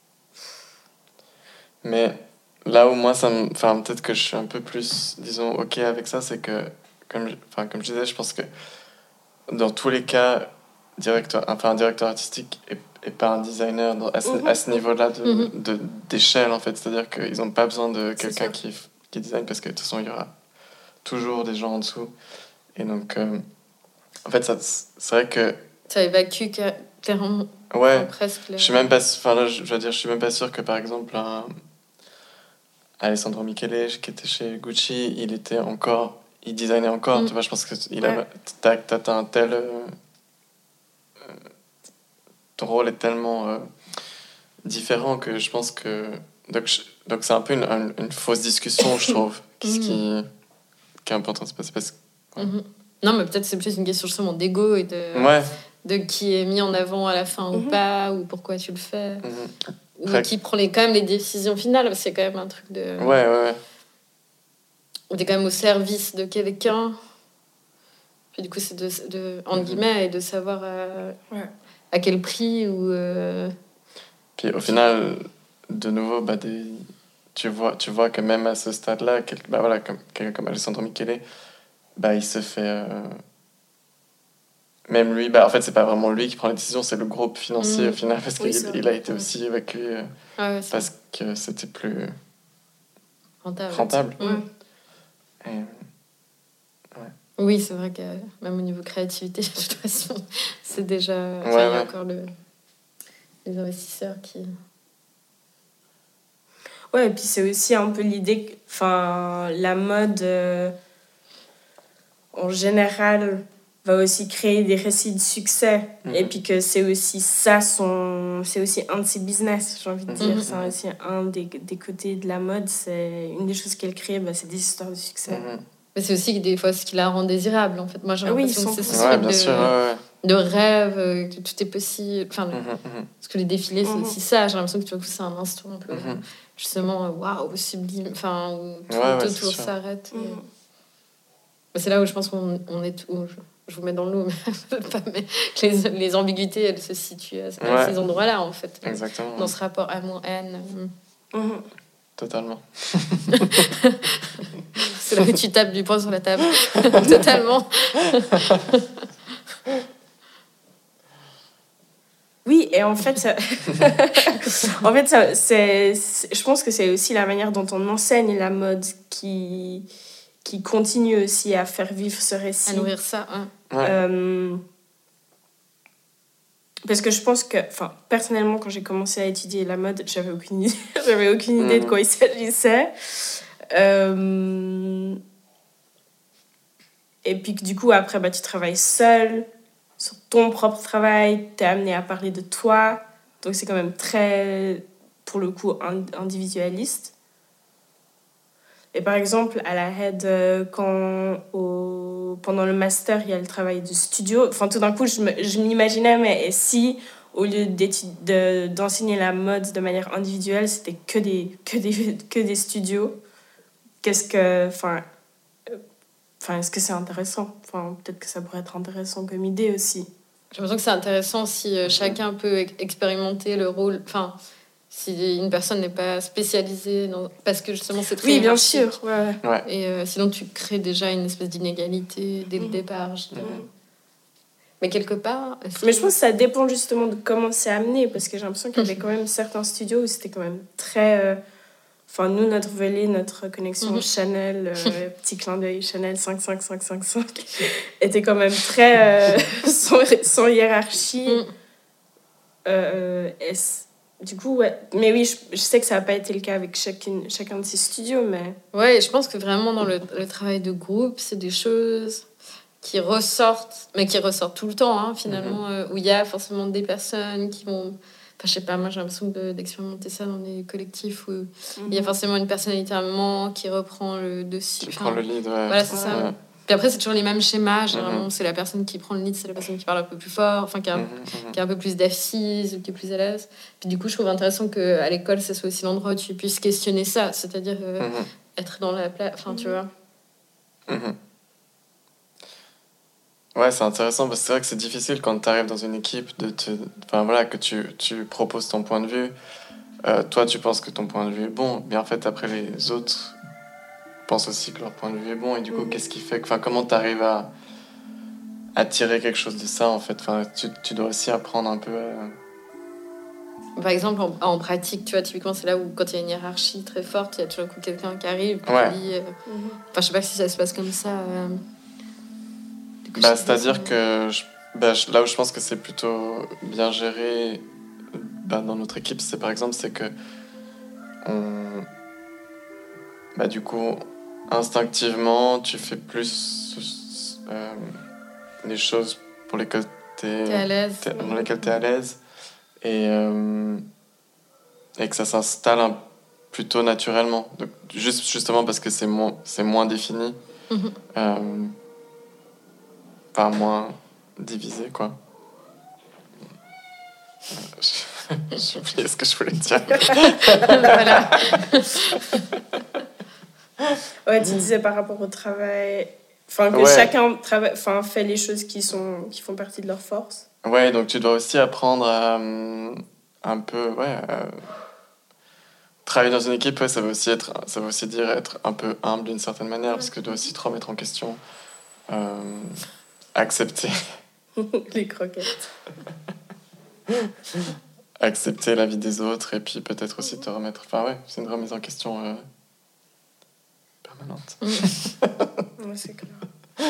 Mais là où moi, ça me... enfin, peut-être que je suis un peu plus, disons, OK avec ça, c'est que, comme je... Enfin, comme je disais, je pense que dans tous les cas, directeur... Enfin, un directeur artistique est, est pas un designer dans- à ce, Mhm. à ce niveau-là de, Mhm. de, d'échelle, en fait. C'est-à-dire qu'ils n'ont pas besoin de C'est quelqu'un sûr. qui, qui design, parce que de toute façon, il y aura toujours des gens en dessous. Et donc, euh, en fait, ça, c'est vrai que... Ça évacue ca- clairement Ouais, enfin, presque. les- je suis même pas... Enfin, là, je je veux dire, je suis même pas sûr que, par exemple, un... Alessandro Michele, qui était chez Gucci, il était encore, il designait encore, Mm. tu vois, je pense que il Ouais. avait, t'as, t'as un tel, euh, euh, ton rôle est tellement euh, différent que je pense que, donc, je- donc c'est un peu une, une, une fausse discussion, je trouve, qui, qui, qui est importante, c'est parce parce que, Mhm. Non, mais peut-être c'est plus une question justement d'ego et de, ouais, de qui est mis en avant à la fin ou Mhm. pas, ou pourquoi tu le fais, mhm. ou Après- qui prend les, quand même les décisions finales. C'est quand même un truc de... ouais, ouais, ouais, On est quand même au service de quelqu'un. Puis du coup, c'est de, de, entre Mhm. guillemets, et de savoir à, Ouais. à quel prix ou... euh, Puis au final, de nouveau, bah, des, tu, vois, tu vois que même à ce stade-là, quel, bah, voilà, comme, quelqu'un comme Alessandro Michele, bah, il se fait... euh, même lui, bah, en fait, c'est pas vraiment lui qui prend les décisions, c'est le groupe financier Mm. au final, parce Oui, qu'il c'est il a été vrai. aussi évacué euh, Ah ouais, c'est parce que c'était plus rentable. rentable. Mm. Ouais. Et, Oui, c'est vrai que même au niveau créativité, de toute façon, c'est déjà... Enfin, Ouais, il y a ouais. encore le, les investisseurs qui... Ouais, et puis c'est aussi un peu l'idée que, enfin, la mode euh, en général va aussi créer des récits de succès, Mhm. et puis que c'est aussi ça son, c'est aussi un de ses business, j'ai envie de dire. Mhm. C'est aussi un des, des côtés de la mode. C'est une des choses qu'elle crée, bah, c'est des histoires de succès. mhm. Mais c'est aussi des fois ce qui la rend désirable, en fait. Moi, j'ai Ah oui, l'impression que c'est ce cent pour cent. Ouais, truc bien de, sûr, ouais, ouais. de rêve, euh, que tout est possible. Enfin, le- Mhm, mhm, parce que les défilés, c'est Mhm. aussi ça. J'ai l'impression que tu vois, c'est un instant un peu, mhm. justement, euh, waouh, sublime. Enfin, où tout, Ouais, ouais, tout c'est autour sûr. s'arrête. et- Mhm. Mais c'est là où je pense qu'on on est... Où je, je vous mets dans l'eau, mais, pas, mais que les, les ambiguïtés, elles se situent à, à Ouais. ces endroits-là, en fait. Exactement. Dans ce rapport amour-haine. Mhm. Totalement. C'est là que tu tapes du poing sur la table. Totalement. Oui, et en fait, ça... en fait ça, c'est, c'est- je pense que c'est aussi la manière dont on enseigne la mode qui, qui continue aussi à faire vivre ce récit. À nourrir ça. Hein. Ouais. Euh, Parce que je pense que, enfin, personnellement, quand j'ai commencé à étudier la mode, j'avais aucune idée, j'avais aucune idée de quoi il s'agissait. Euh, Et puis que du coup, après, bah, tu travailles seul, sur ton propre travail, tu es amené à parler de toi. Donc c'est quand même très, pour le coup, ind- individualiste. Et par exemple, à la Head, euh, quand au, pendant le master, il y a le travail de studio, enfin, tout d'un coup, je, me, je m'imaginais, mais si, au lieu de, d'enseigner la mode de manière individuelle, c'était que des, que des, que des studios, qu'est-ce que... Enfin, enfin, est-ce que c'est intéressant? Enfin, peut-être que ça pourrait être intéressant comme idée aussi. J'ai l'impression que c'est intéressant si euh, chacun peut expérimenter le rôle... Enfin, si une personne n'est pas spécialisée, dans... parce que justement, c'est très Oui, bien sûr. Ouais. Ouais. Et euh, sinon, tu crées déjà une espèce d'inégalité dès le mmh. départ, je dirais. Mmh. Mais quelque part... Mais je pense que ça dépend justement de comment c'est amené, parce que j'ai l'impression qu'il y avait quand même certains studios où c'était quand même très... Euh... Enfin, nous, notre volet, notre connexion mmh. Chanel, euh, petit clin d'œil, Chanel cinq cinq cinq cinq cinq, était quand même très... Euh, sans, sans hiérarchie. Mmh. Euh, du coup, ouais. Mais oui, je, je sais que ça n'a pas été le cas avec chacune, chacun de ces studios, mais... Ouais, je pense que vraiment, dans le, le travail de groupe, c'est des choses qui ressortent, mais qui ressortent tout le temps, hein, finalement, mmh. euh, où il y a forcément des personnes qui vont... Enfin, je sais pas, moi j'ai l'impression de, d'expérimenter ça dans des collectifs où il mm-hmm. y a forcément une personnalité à un moment qui reprend le dessus. Qui prend le lead, ouais. Voilà, c'est ouais. ça. Ouais. Puis après, c'est toujours les mêmes schémas. Généralement, mm-hmm. c'est la personne qui prend le lead, c'est la personne qui parle un peu plus fort, enfin, qui a, mm-hmm. qui a un peu plus d'assises, qui est plus à l'aise. Puis du coup, je trouve intéressant qu'à l'école, ça soit aussi l'endroit où tu puisses questionner ça, c'est-à-dire euh, mm-hmm. être dans la place. Enfin, mm-hmm. tu vois. Mm-hmm. Ouais, c'est intéressant parce que c'est vrai que c'est difficile quand tu arrives dans une équipe de te... Enfin voilà, que tu, tu proposes ton point de vue. Euh, toi, tu penses que ton point de vue est bon, mais en fait, après, les autres pensent aussi que leur point de vue est bon. Et du coup, mmh. qu'est-ce qui fait que... Enfin, comment tu arrives à, à tirer quelque chose de ça, en fait? Enfin, tu, tu dois aussi apprendre un peu à... Par exemple, en, en pratique, tu vois, typiquement, c'est là où, quand il y a une hiérarchie très forte, il y a toujours quelqu'un qui arrive, qui ouais. dit... Euh... Mmh. Enfin, je sais pas si ça se passe comme ça... Euh... Bah, c'est-à-dire que je, bah, je, là où je pense que c'est plutôt bien géré bah, dans notre équipe, c'est par exemple, c'est que on, bah, du coup, instinctivement, tu fais plus euh, les choses pour lesquelles t'es, t'es à l'aise. T'es, dans lesquelles tu es à l'aise et, euh, et que ça s'installe un, plutôt naturellement. Donc, juste, justement parce que c'est moins, c'est moins défini. Mm-hmm. Euh, Pas moins divisé, quoi. J'ai oublié ce que je voulais dire. Voilà. Ouais, tu disais par rapport au travail... Enfin, que ouais. chacun trava... enfin, fait les choses qui, sont... qui font partie de leur force. Ouais, donc tu dois aussi apprendre à... Un peu... Ouais, à... Travailler dans une équipe, ouais, ça veut aussi être... Ça veut aussi dire être un peu humble d'une certaine manière, parce que tu dois aussi te remettre en question. Euh... Accepter. Les croquettes. Accepter la vie des autres et puis peut-être aussi te remettre... Enfin ouais, c'est une remise en question euh, permanente. Ouais, c'est clair.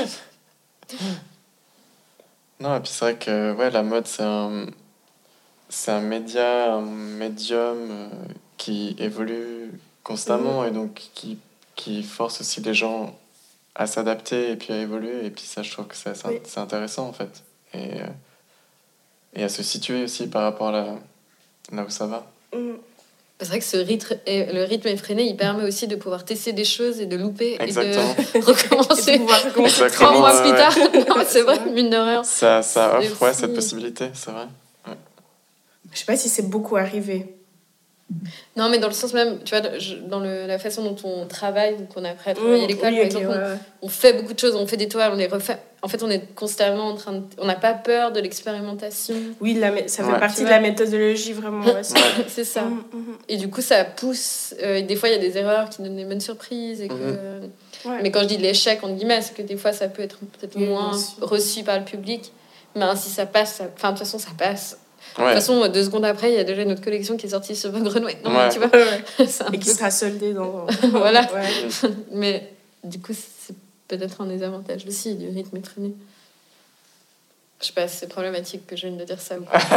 Non, et puis c'est vrai que ouais, la mode, c'est un, c'est un média, un médium euh, qui évolue constamment mmh. et donc qui, qui force aussi les gens... à s'adapter et puis à évoluer, et puis ça je trouve que c'est, c'est, oui. c'est intéressant en fait, et, euh, et à se situer aussi par rapport à la, là où ça va. Mmh. C'est vrai que ce rythme, le rythme effréné, il permet aussi de pouvoir tester des choses et de louper. Exactement. Et de recommencer, et de pouvoir recommencer trois mois euh, plus ouais. tard. Non, c'est vrai, mine de rien. Ça, ça offre ouais, cette possibilité, c'est vrai. Ouais. Je sais pas si c'est beaucoup arrivé. Non, mais dans le sens même, tu vois, dans le, la façon dont on travaille, donc on a appris à travailler mmh, à l'école, oui, par exemple, okay, ouais. on, on fait beaucoup de choses, on fait des toiles, on les refait. En fait, on est constamment en train de... On n'a pas peur de l'expérimentation. Oui, la, ça fait ouais. partie de la méthodologie, vraiment. Ouais, c'est, c'est ça. Mmh, mmh. Et du coup, ça pousse... Euh, des fois, il y a des erreurs qui donnent des bonnes surprises. Et que, euh, ouais. Mais quand je dis l'échec, entre guillemets, c'est que des fois, ça peut être peut-être oui, moins reçu par le public. Mais hein, si ça passe... Ça... Enfin, de toute façon, ça passe. Ouais. De toute façon, deux secondes après, il y a déjà une autre collection qui est sortie sur Vogue Runway. Non, ouais. tu vois, ouais. Et qui peu... sera soldée dans... voilà. Ouais. Mais du coup, c'est peut-être un des avantages aussi du rythme effréné. Je sais pas si c'est problématique que je vienne de dire ça ou pas.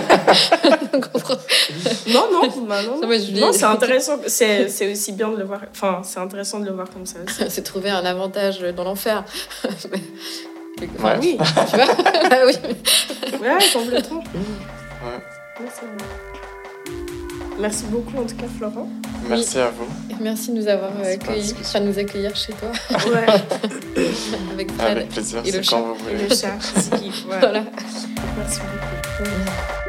non, non, bah non. Non, mais je non c'est intéressant. C'est, c'est aussi bien de le voir... Enfin, c'est intéressant de le voir comme ça aussi. C'est trouver un avantage dans l'enfer. Mais... Enfin, ouais. Oui. Tu vois ah, oui. Ouais, complètement. Ouais. Ouais, c'est vrai. merci beaucoup en tout cas, Florent. Merci oui. à vous. Et merci de nous avoir accueillis, enfin nous accueillir chez toi. Ouais. Avec Fred. Avec plaisir, et c'est le quand chat. vous voulez. Et le chat, c'est qui, voilà. voilà. Merci beaucoup. Ouais.